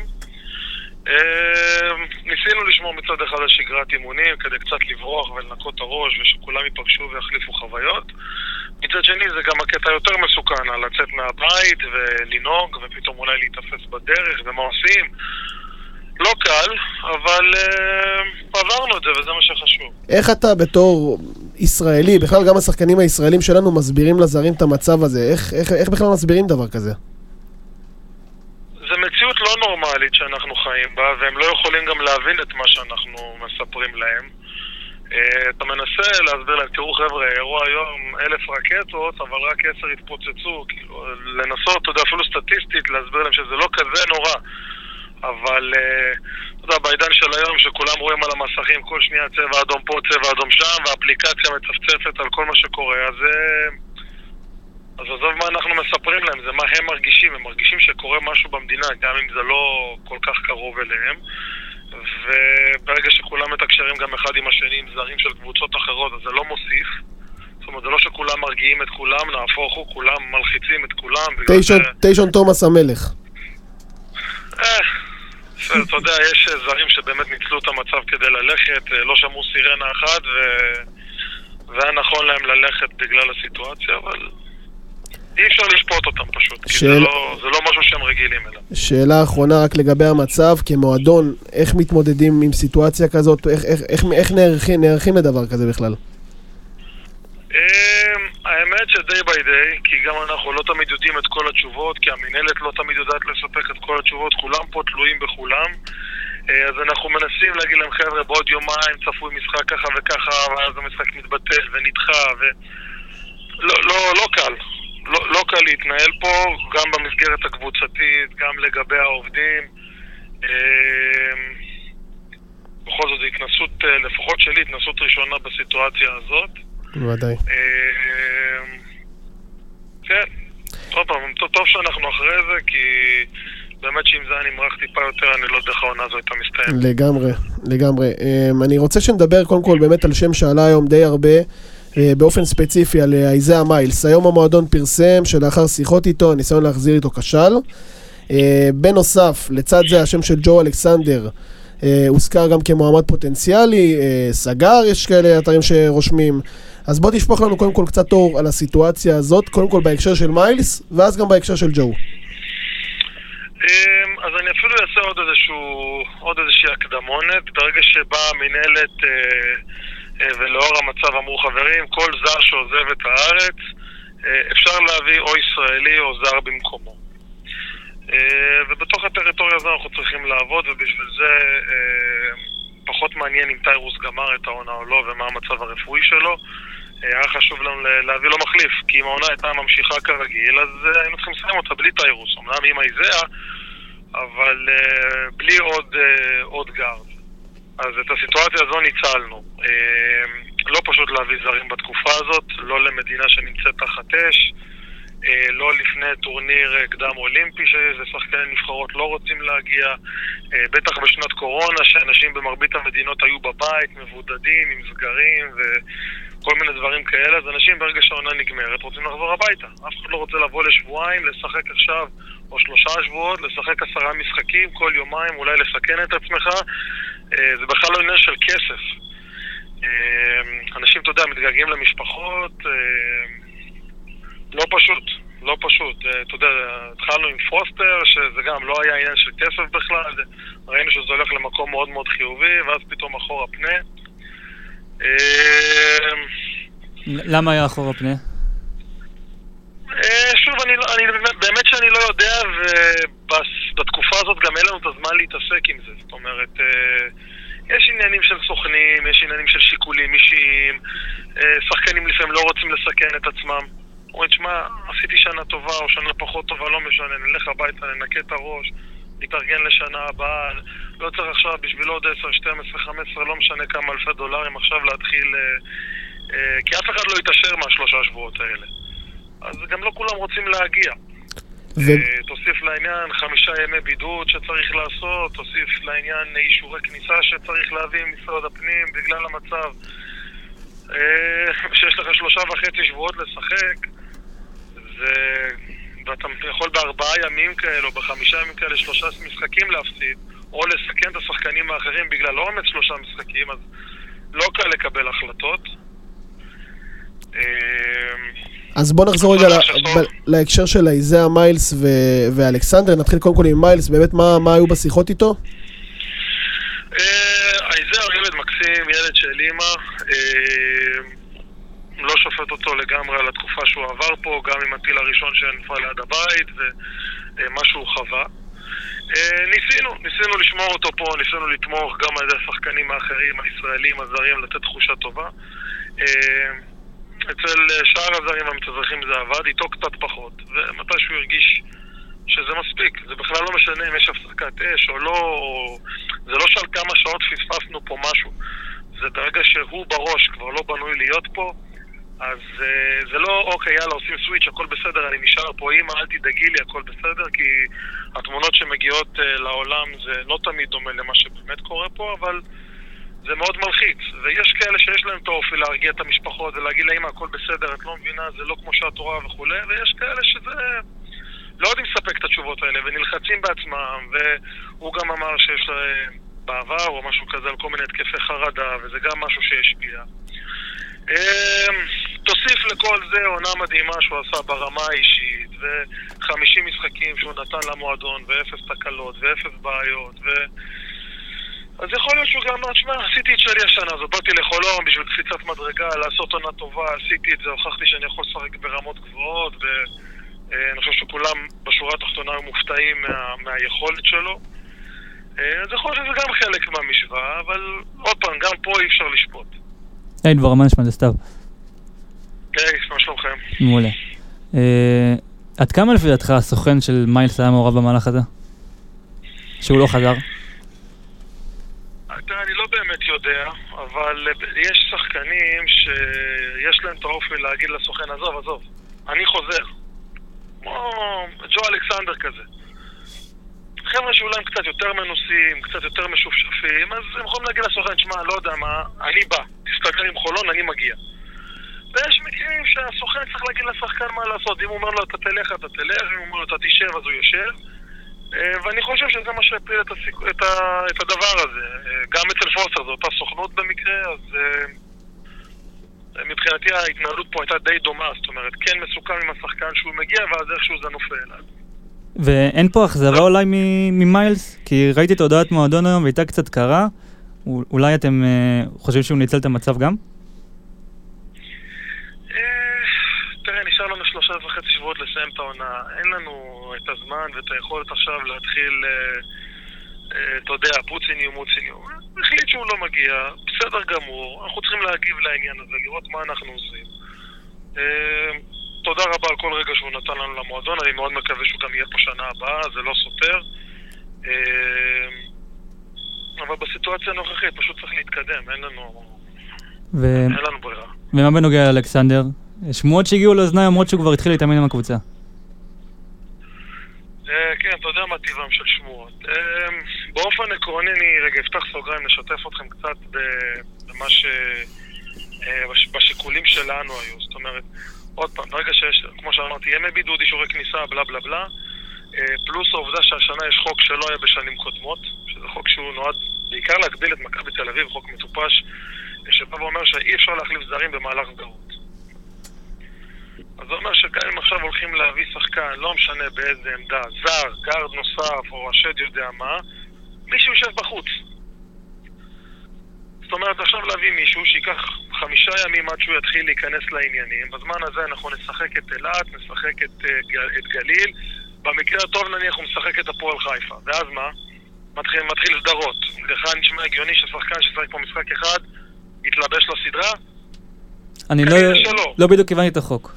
ניסינו לשמור מצד אחד על שגרת אימונים כדי קצת לברוח ולנקות הראש ושכולם ייפגשו ויחליפו חוויות. מצד שני זה גם הקטע יותר מסוכן, על לצאת מהבית ולנהוג ופתאום אולי להתאפס בדרך ומה עושים. לא קל, אבל uh, עברנו את זה וזה מה שחשוב. איך אתה בתור ישראלי, בכלל גם השחקנים הישראלים שלנו מסבירים לזרים את המצב הזה? איך, איך, איך בכלל מסבירים דבר כזה? זה מציאות לא נורמלית שאנחנו חיים בה, והם לא יכולים גם להבין את מה שאנחנו מספרים להם. אתה מנסה להסביר להם, תראו חבר'ה, אירוע היום אלף רקטות, אבל רק עשר התפוצצו, כאילו, לנסות, אתה יודע, אפילו סטטיסטית, להסביר להם שזה לא כזה נורא. אבל, אתה יודע, בעידן של היום, שכולם רואים על המסכים כל שנייה צבע אדום פה, צבע אדום שם, והאפליקציה מצפצפת על כל מה שקורה, אז... אז עזוב מה אנחנו מספרים להם, זה מה הם מרגישים, הם מרגישים שקורה משהו במדינה, גם אם זה לא כל כך קרוב אליהם, וברגע שכולם מתקשרים גם אחד עם השני עם זרים של קבוצות אחרות, אז זה לא מוסיף. זאת אומרת, זה לא שכולם מרגיעים את כולם, נהפוך הוא, כולם מלחיצים את כולם. טיישון תומאס המלך. אה, אתה יודע, יש זרים שבאמת ניצלו את המצב כדי ללכת, לא שמעו סירנה אחת, והיה נכון להם ללכת בגלל הסיטואציה, אבל... אי אפשר לשפוט אותם פשוט, כי זה לא, זה לא משהו שהם רגילים אליו. שאלה אחרונה רק לגבי המצב, כמועדון, איך מתמודדים עם סיטואציה כזאת, איך, איך, איך, איך נערכים, נערכים לדבר כזה בכלל? האמת שדי ביי די, כי גם אנחנו לא תמיד יודעים את כל התשובות, כי המנהלת לא תמיד יודעת לספק את כל התשובות, כולם פה תלויים בכולם, אז אנחנו מנסים להגיד להם חבר'ה, בעוד יומיים צפוי משחק ככה וככה, ואז המשחק מתבטל ונדחה, ו... לא, לא, לא קל. לא, לא קל להתנהל פה, גם במסגרת הקבוצתית, גם לגבי העובדים. בכל זאת, זו התנסות, לפחות שלי, התנסות ראשונה בסיטואציה הזאת. בוודאי. כן, טוב, טוב, טוב שאנחנו אחרי זה, כי באמת שאם זה היה נמרח טיפה יותר, אני לא יודע איך העונה הזו הייתה מסתיים. לגמרי, לגמרי. אני רוצה שנדבר קודם כל באמת על שם שעלה היום די הרבה, באופן ספציפי על איזאה מיילס. היום המועדון פרסם שלאחר שיחות איתו, הניסיון להחזיר איתו כשל. בנוסף, לצד זה השם של ג'ו אלכסנדר הוזכר גם כמועמד פוטנציאלי, סגר, יש כאלה אתרים שרושמים. אז בוא תשפוך לנו קודם כל קצת אור על הסיטואציה הזאת, קודם כל בהקשר של מיילס, ואז גם בהקשר של ג'ו. אז אני אפילו אעשה עוד איזשהו, עוד איזושהי הקדמונת, ברגע שבאה המנהלת ולאור המצב אמרו חברים, כל זר שעוזב את הארץ אפשר להביא או ישראלי או זר במקומו. ובתוך הטריטוריה הזו אנחנו צריכים לעבוד, ובשביל זה פחות מעניין אם טיירוס גמר את העונה או לא ומה המצב הרפואי שלו. היה חשוב לנו להביא לו מחליף, כי אם העונה הייתה ממשיכה כרגיל, אז היינו צריכים לסיים אותה בלי טיירוס, אמנם עם איזאה, אבל בלי עוד, עוד גארד. אז את הסיטואציה הזו ניצלנו. לא פשוט להביא זרים בתקופה הזאת, לא למדינה שנמצאת תחת אש, לא לפני טורניר קדם אולימפי ששחקני נבחרות לא רוצים להגיע, בטח בשנת קורונה שאנשים במרבית המדינות היו בבית, מבודדים, עם סגרים וכל מיני דברים כאלה, אז אנשים ברגע שהעונה נגמרת רוצים לחזור הביתה. אף אחד לא רוצה לבוא לשבועיים, לשחק עכשיו או שלושה שבועות, לשחק עשרה משחקים כל יומיים, אולי לסכן את עצמך. זה בכלל לא עניין של כסף. אנשים, אתה יודע, מתגעגעים למשפחות, לא פשוט, לא פשוט. אתה יודע, התחלנו עם פוסטר, שזה גם לא היה עניין של כסף בכלל, ראינו שזה הולך למקום מאוד מאוד חיובי, ואז פתאום אחורה פנה. למה היה אחורה פנה? שוב, אני, אני, באמת שאני לא יודע, ובתקופה הזאת גם אין לנו את הזמן להתעסק עם זה. זאת אומרת, יש עניינים של סוכנים, יש עניינים של שיקולים אישיים, שחקנים לפעמים לא רוצים לסכן את עצמם. אומרים, שמה, עשיתי שנה טובה או שנה פחות טובה, לא משנה, נלך הביתה, ננקה את הראש, נתארגן לשנה הבאה, לא צריך עכשיו בשביל עוד עשר, שתים עשרה, חמש עשרה, לא משנה כמה אלפי דולרים עכשיו להתחיל, כי אף אחד לא יתאשר מהשלושה שבועות האלה. אז גם לא כולם רוצים להגיע. ו... תוסיף לעניין חמישה ימי בידוד שצריך לעשות, תוסיף לעניין אישורי כניסה שצריך להביא ממשרד הפנים בגלל המצב שיש לך שלושה וחצי שבועות לשחק, זה... ואתה יכול בארבעה ימים כאלה או בחמישה ימים כאלה שלושה משחקים להפסיד, או לסכן את השחקנים האחרים בגלל לא עומד שלושה משחקים, אז לא קל לקבל החלטות. אז בוא נחזור רגע להקשר של איזאה מיילס ואלכסנדר. נתחיל קודם כל עם מיילס, באמת מה היו בשיחות איתו? איזאה הוא ילד מקסים, ילד של אימא, לא שופט אותו לגמרי על התקופה שהוא עבר פה, גם עם הטיל הראשון שנפל ליד הבית ומה שהוא חווה. ניסינו, ניסינו לשמור אותו פה, ניסינו לתמוך גם על ידי השחקנים האחרים, הישראלים, הזרים, לתת תחושה טובה. אצל שאר הזרים המתאזרחים זה עבד, איתו קצת פחות, ומתי שהוא הרגיש שזה מספיק. זה בכלל לא משנה אם יש הפסקת אש או לא, או... זה לא שעל כמה שעות פספסנו פה משהו. זה ברגע שהוא בראש כבר לא בנוי להיות פה, אז uh, זה לא, אוקיי, יאללה, עושים סוויץ', הכל בסדר, אני נשאר פה, אמא, אל תדאגי לי, הכל בסדר, כי התמונות שמגיעות uh, לעולם זה לא תמיד דומה למה שבאמת קורה פה, אבל זה מאוד מלחיץ, ויש כאלה שיש להם את האופי להרגיע את המשפחות ולהגיד לאמא, הכל בסדר, את לא מבינה, זה לא כמו שהתורה וכו', ויש כאלה שזה לא יודעים לספק את התשובות האלה, ונלחצים בעצמם, והוא גם אמר שיש להם בעבר או משהו כזה על כל מיני התקפי חרדה, וזה גם משהו שהשפיע. תוסיף לכל זה עונה מדהימה שהוא עשה ברמה האישית, וחמישים משחקים שהוא נתן למועדון, ואפס תקלות, ואפס בעיות, ו... אז יכול להיות שהוא גם אמר, שמע, עשיתי את שלי השנה הזאת, באתי לחולון בשביל קפיצת מדרגה, לעשות עונה טובה, עשיתי את זה, הוכחתי שאני יכול לשחק ברמות גבוהות, ואני חושב שכולם בשורה התחתונה היו מופתעים מה... מהיכולת שלו. אז יכול להיות שזה גם חלק מהמשוואה, אבל עוד פעם, גם פה אי אפשר לשפוט. היי, דבר, מה נשמע, זה סתיו? היי, מה שלומכם? מעולה. עד כמה לפי דעתך הסוכן של מיילס היה מעורב במהלך הזה? שהוא לא חזר? אני לא באמת יודע, אבל יש שחקנים שיש להם את האופי להגיד לסוכן, עזוב, עזוב, אני חוזר. כמו ג'ו אלכסנדר כזה. חבר'ה שאולי הם קצת יותר מנוסים, קצת יותר משופשפים, אז הם יכולים להגיד לסוכן, שמע, לא יודע מה, אני בא, תסתכל עם חולון, אני מגיע. ויש מקרים שהסוכן צריך להגיד לשחקן מה לעשות, אם הוא אומר לו אתה תלך, אתה תלך, אם הוא אומר לו אתה תשב, אז הוא יושב. ואני חושב שזה מה שהפיל את, הסיק... את, ה... את הדבר הזה. גם אצל פוסטר, זו אותה סוכנות במקרה, אז מבחינתי ההתנהלות פה הייתה די דומה, זאת אומרת, כן מסוכם עם השחקן שהוא מגיע, ואז איכשהו זה נופל. ואין פה אכזבה אולי ממיילס? כי ראיתי את הודעת מועדון היום והייתה קצת קרה. אולי אתם חושבים שהוא ניצל את המצב גם? תראה, נשאר לנו שלושה וחצי שבועות לסיים את העונה. אין לנו את הזמן ואת היכולת עכשיו להתחיל, אתה יודע, פוציניום, מוציניום. החליט שהוא לא מגיע, בסדר גמור. אנחנו צריכים להגיב לעניין הזה, לראות מה אנחנו עושים. תודה רבה על כל רגע שהוא נתן לנו למועדון, אני מאוד מקווה שהוא גם יהיה פה שנה הבאה, זה לא סותר. אבל בסיטואציה הנוכחית פשוט צריך להתקדם, אין לנו, ו... אין לנו ברירה. ומה בנוגע לאלכסנדר? שמועות שהגיעו לאוזניים למרות שהוא כבר התחיל להתאמן עם הקבוצה. כן, אתה יודע מה טבעם של שמועות. באופן עקרוני, אני רגע אפתח סוגריים, לשתף אתכם קצת במה ש... בשיקולים שלנו היו. זאת אומרת, עוד פעם, ברגע שיש, כמו שאמרתי, ימי בידוד, אישורי כניסה, בלה בלה בלה, פלוס העובדה שהשנה יש חוק שלא היה בשנים קודמות, שזה חוק שהוא נועד בעיקר להגביל את מכבי תל אביב, חוק מטופש, שבא ואומר שאי אפשר להחליף זרים במהלך סגרות. אז זה אומר שגם אם עכשיו הולכים להביא שחקן, לא משנה באיזה עמדה, זר, גארד נוסף או השד יודע מה, מישהו יושב בחוץ. זאת אומרת, עכשיו להביא מישהו שיקח חמישה ימים עד שהוא יתחיל להיכנס לעניינים. בזמן הזה אנחנו נשחק את אלעד, נשחק את, את גליל. במקרה הטוב נניח הוא משחק את הפועל חיפה. ואז מה? מתחיל, מתחיל סדרות. לך נשמע הגיוני ששחקן ששחק פה משחק אחד יתלבש לסדרה? אני לא, לא בדיוק הבנתי את החוק.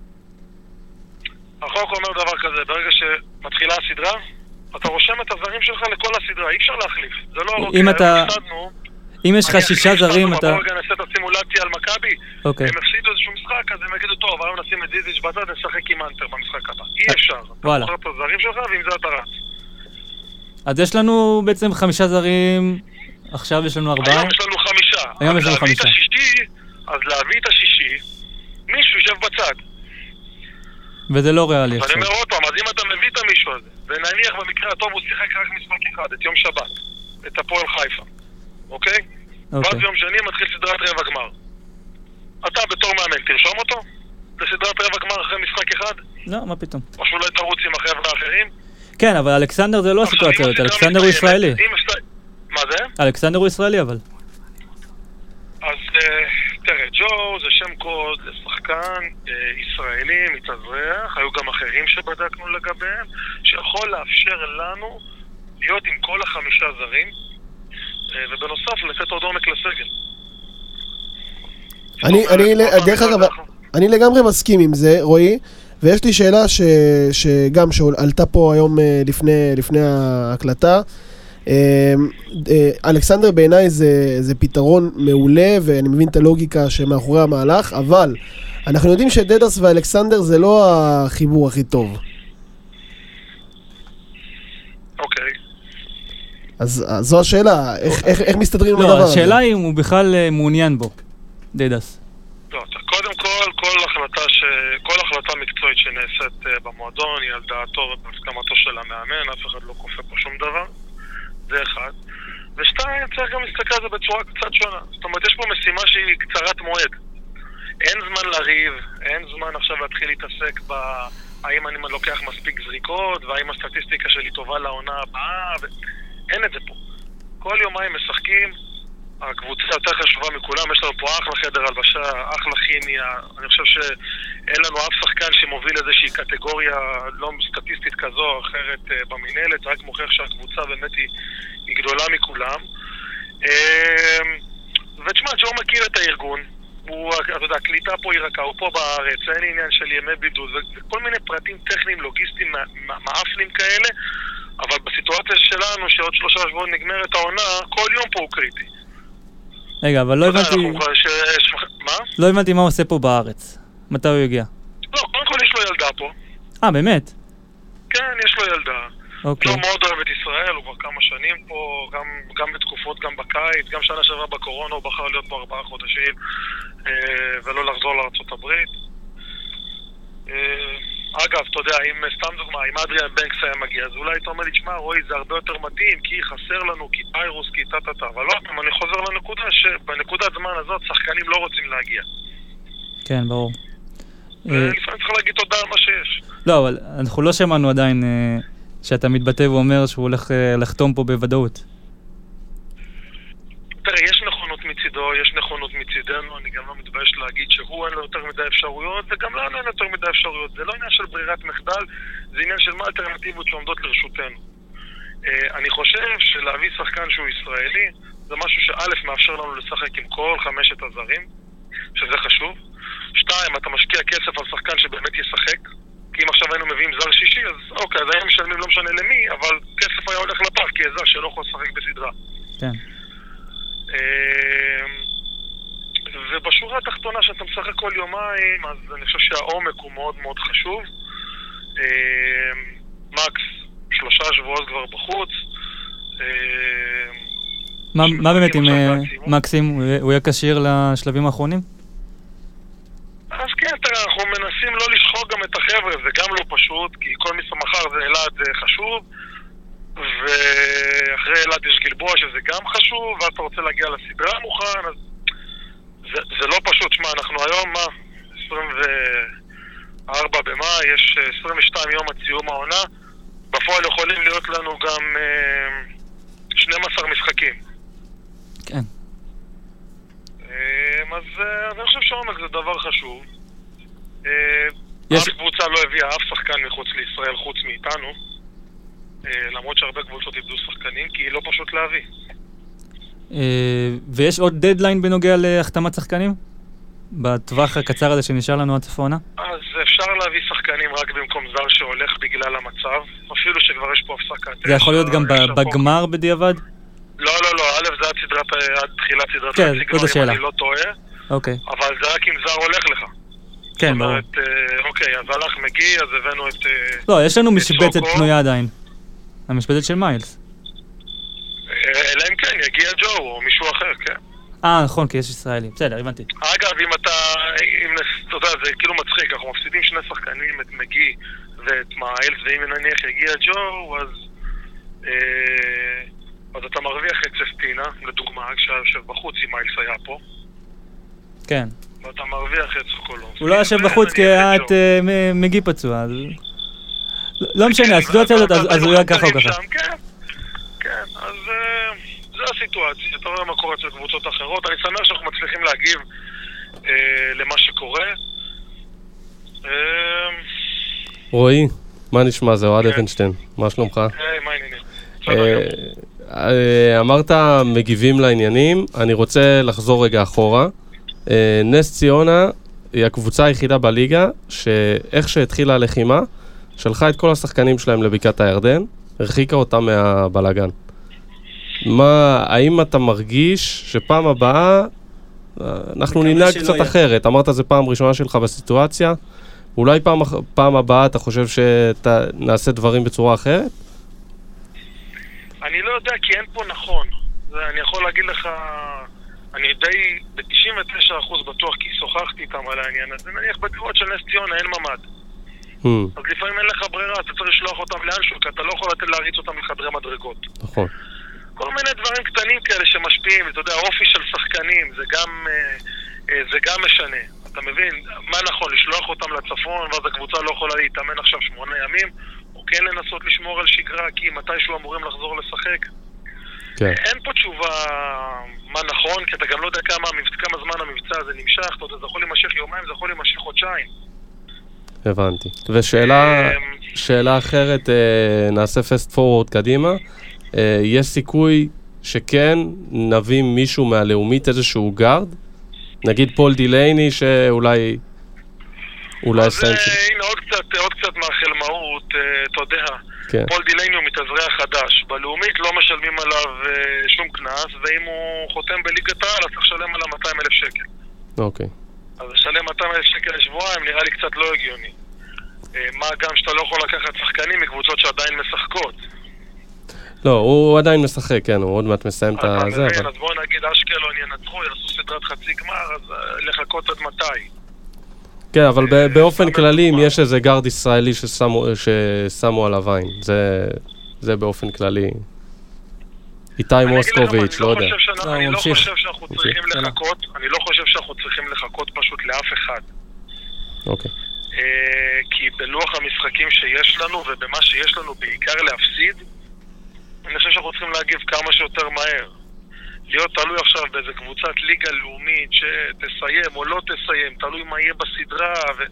החוק אומר דבר כזה, ברגע שמתחילה הסדרה, אתה רושם את הזרים שלך לכל הסדרה, אי אפשר להחליף. זה לא אוקיי, אם אתה... הפסדנו, אם יש לך שישה זרים, אתה... ברגע נעשה את הסימולציה על מכבי, אוקיי. הם הפסידו איזשהו משחק, אז הם יגידו, טוב, היום נשים את זיזיץ' בצד, נשחק עם אנטר במשחק הבא. אי אפשר. וואלה. אתה בוחר את הזרים שלך, ועם זה אתה רץ. אז יש לנו בעצם חמישה זרים, עכשיו יש לנו ארבעה. היום יש לנו חמישה. היום יש לנו חמישה. אז להביא את השישי, מישהו יושב בצד. וזה לא ריאלי. ואני אומר עוד פעם, אז אם אתה מביא את המישהו הזה, ונניח במקרה הטוב הוא שיחק רק משחק אחד, את יום שבת, את הפועל חיפה, אוקיי? ואז יום שני מתחיל סדרת רבע גמר. אתה בתור מאמן, תרשום אותו? לסדרת רבע גמר אחרי משחק אחד? לא, מה פתאום? או שאולי תרוץ עם החבר'ה האחרים? כן, אבל אלכסנדר זה לא הסיטואציה, אלכסנדר הוא ישראלי. מה זה? אלכסנדר הוא ישראלי, אבל. אז תראה, ג'ו זה שם קוד לשחקן ישראלי מתאזרח, היו גם אחרים שבדקנו לגביהם, שיכול לאפשר לנו להיות עם כל החמישה זרים, ובנוסף לתת עוד עומק לסגל. אני, אני, דרך אגב, אני לגמרי מסכים עם זה, רועי, ויש לי שאלה ש, שגם שעלתה פה היום לפני, לפני ההקלטה. אלכסנדר בעיניי זה, זה פתרון מעולה, ואני מבין את הלוגיקה שמאחורי המהלך, אבל אנחנו יודעים שדדס ואלכסנדר זה לא החיבור הכי טוב. אוקיי. אז, אז זו השאלה, איך, איך, איך מסתדרים עם הדבר הזה? לא, השאלה היא אם הוא בכלל מעוניין בו, דדס. לא, קודם כל, כל החלטה, ש... כל החלטה מקצועית שנעשית במועדון היא על דעתו ובהסכמתו של המאמן, אף אחד לא כופה פה שום דבר. זה אחד. ושתיים, צריך גם להסתכל על זה בצורה קצת שונה. זאת אומרת, יש פה משימה שהיא קצרת מועד. אין זמן לריב, אין זמן עכשיו להתחיל להתעסק ב... האם אני לוקח מספיק זריקות, והאם הסטטיסטיקה שלי טובה לעונה הבאה, ו... אין את זה פה. כל יומיים משחקים, הקבוצה יותר חשובה מכולם, יש לנו פה אחלה חדר הלבשה, אחלה כימיה, אני חושב שאין לנו אף שחקן שמוביל איזושהי קטגוריה לא סטטיסטית כזו או אחרת במנהלת, רק מוכיח שהקבוצה באמת היא, היא גדולה מכולם. ותשמע, ג'ו מכיר את הארגון, הוא, אתה יודע, הקליטה פה היא רכה, הוא פה בארץ, אין עניין של ימי בידוד, וכל מיני פרטים טכניים, לוגיסטיים, מאפנים כאלה, אבל בסיטואציה שלנו, שעוד שלושה שבועות נגמרת העונה, כל יום פה הוא קריטי. רגע, אבל לא הבנתי... מה? לא הבנתי מה הוא עושה פה בארץ. מתי הוא יגיע? לא, קודם כל יש לו ילדה פה. אה, באמת? כן, יש לו ילדה. אוקיי. הוא מאוד אוהב את ישראל, הוא כבר כמה שנים פה, גם, גם בתקופות, גם בקיץ, גם שנה שעברה בקורונה, הוא בחר להיות פה ארבעה חודשים, ולא לחזור לארצות הברית. אגב, אתה יודע, אם סתם דוגמה, אם אדריאן בנקס היה מגיע, אז אולי אתה אומר לי, תשמע, רועי, זה הרבה יותר מתאים, כי חסר לנו, כי פיירוס, כי טה-טה-טה. אבל לא, אני חוזר לנקודה שבנקודת זמן הזאת שחקנים לא רוצים להגיע. כן, ברור. לפעמים צריך להגיד תודה על מה שיש. לא, אבל אנחנו לא שמענו עדיין שאתה מתבטא ואומר שהוא הולך לחתום פה בוודאות. תראה, יש נכונות מצידו, יש נכונות מצידנו, אני גם לא מתבייש להגיד שהוא אין לו יותר מדי אפשרויות, וגם לנו אין יותר מדי אפשרויות. זה לא עניין של ברירת מחדל, זה עניין של מה אלטרנטיבות שעומדות לרשותנו. אני חושב שלהביא שחקן שהוא ישראלי, זה משהו שא' מאפשר לנו לשחק עם כל חמשת הזרים, שזה חשוב. שתיים, אתה משקיע כסף על שחקן שבאמת ישחק, כי אם עכשיו היינו מביאים זר שישי, אז אוקיי, אז היום משלמים לא משנה למי, אבל כסף היה הולך לפח, כי זר שלא יכול לשחק בסדרה. כן. כל יומיים, אז אני חושב שהעומק הוא מאוד מאוד חשוב. מקס, שלושה שבועות כבר בחוץ. מה באמת עם מקסים? הוא יהיה קשיר לשלבים האחרונים? אז כן, אנחנו מנסים לא לשחוק גם את החבר'ה, זה גם לא פשוט, כי כל מי שמחר זה אלעד זה חשוב, ואחרי אלעד יש גלבוע שזה גם חשוב, ואז אתה רוצה להגיע לסדרה מוכן, אז זה, זה לא פשוט. שמה, אנחנו היום, מה? עשרים וארבעה במאי, יש עשרים ושתיים יום עד סיום העונה, בפועל יכולים להיות לנו גם אה, שנים עשר משחקים. כן. אז אני חושב שעומק זה דבר חשוב. אף קבוצה לא הביאה אף שחקן מחוץ לישראל חוץ מאיתנו, למרות שהרבה קבוצות איבדו שחקנים, כי היא לא פשוט להביא. ויש עוד דדליין בנוגע להחתמת שחקנים? בטווח הקצר הזה שנשאר לנו עד סוף העונה? אז אפשר להביא שחקנים רק במקום זר שהולך בגלל המצב, אפילו שכבר יש פה הפסקת. זה יכול להיות גם בגמר בדיעבד? לא, לא, לא, א' זה עד סדרת, עד תחילת סדרת כן, עוד השאלה. אני לא טועה. אוקיי. אבל זה רק אם זר הולך לך. כן, ברור. זאת אומרת, אוקיי, אז הלך מגיע, אז הבאנו את... לא, יש לנו משבצת פנויה עדיין. המשבצת של מיילס. אלא אם כן, יגיע ג'ו או מישהו אחר, כן. אה, נכון, כי יש ישראלי. בסדר, הבנתי. אגב, אם אתה... אתה יודע, זה כאילו מצחיק, אנחנו מפסידים שני שחקנים, את מגי ואת מיילס, ואם נניח יגיע ג'ו, אז... אז אתה מרוויח את ססטינה, לדוגמה, כשהיה יושב בחוץ, אם מיילס היה פה. כן. ואתה מרוויח את סוקולוב. הוא לא יושב בחוץ כי היה את מגי פצוע, אז... לא משנה, הסיטואציה הזאת, אז הוא היה ככה או ככה. כן, כן, אז זה הסיטואציה. אתה רואה מה קורה אצל קבוצות אחרות. אני שמח שאנחנו מצליחים להגיב למה שקורה. רועי, מה נשמע? זה אוהד אבנשטיין. מה שלומך? היי, מה העניינים? אמרת מגיבים לעניינים, אני רוצה לחזור רגע אחורה. נס ציונה היא הקבוצה היחידה בליגה שאיך שהתחילה הלחימה שלחה את כל השחקנים שלהם לבקעת הירדן, הרחיקה אותם מהבלגן. מה, האם אתה מרגיש שפעם הבאה אנחנו ננהג קצת אחרת? אמרת זה פעם ראשונה שלך בסיטואציה, אולי פעם, פעם הבאה אתה חושב שנעשה דברים בצורה אחרת? אני לא יודע, כי אין פה נכון. אני יכול להגיד לך, אני די ב-תשעים ותשעה אחוז בטוח, כי שוחחתי איתם על העניין הזה. נניח בדירות של נס ציונה אין ממד. Hmm. אז לפעמים אין לך ברירה, אתה צריך לשלוח אותם לאנשהו, כי אתה לא יכול לתת להריץ אותם לחדרי מדרגות. נכון. כל מיני דברים קטנים כאלה שמשפיעים, אתה יודע, האופי של שחקנים, זה גם, זה גם משנה. אתה מבין, מה נכון, לשלוח אותם לצפון, ואז הקבוצה לא יכולה להתאמן עכשיו שמונה ימים, או כן לנסות לשמור על שגרה, כי מתישהו אמורים לחזור לשחק. כן. אין פה תשובה מה נכון, כי אתה גם לא יודע כמה, כמה זמן המבצע הזה נמשך, אתה יודע, זה יכול להימשך יומיים, זה יכול להימשך חודשיים. הבנתי. ושאלה שאלה אחרת, נעשה פסט פורוורד קדימה. יש סיכוי שכן נביא מישהו מהלאומית, איזשהו גארד? נגיד פול דילייני שאולי... אולי אז הנה עוד קצת, עוד קצת מהחלמאות, אתה יודע. כן. פול דילייני הוא מתאזרח חדש. בלאומית לא משלמים עליו שום כנס, ואם הוא חותם בליגת העל, אז צריך לשלם עליו מאתיים אלף שקל. אוקיי. אז לשלם מאתיים אלף שקל לשבועיים נראה לי קצת לא הגיוני. מה גם שאתה לא יכול לקחת שחקנים מקבוצות שעדיין משחקות. לא, הוא עדיין משחק, כן, הוא עוד מעט מסיים את הזה. אז בואו נגיד אשקלון ינצחו, יעשו סדרת חצי גמר, אז לחכות עד מתי. כן, אבל באופן כללי, אם יש איזה גארד ישראלי ששמו עליו עין, זה באופן כללי. איתי מוסקוביץ', לא יודע. אני לא חושב שאנחנו צריכים לחכות, אני לא חושב שאנחנו צריכים לחכות פשוט לאף אחד. אוקיי. כי בלוח המשחקים שיש לנו, ובמה שיש לנו בעיקר להפסיד, אני חושב שאנחנו צריכים להגיב כמה שיותר מהר. להיות תלוי עכשיו באיזה קבוצת ליגה לאומית שתסיים או לא תסיים, תלוי מה יהיה בסדרה ו...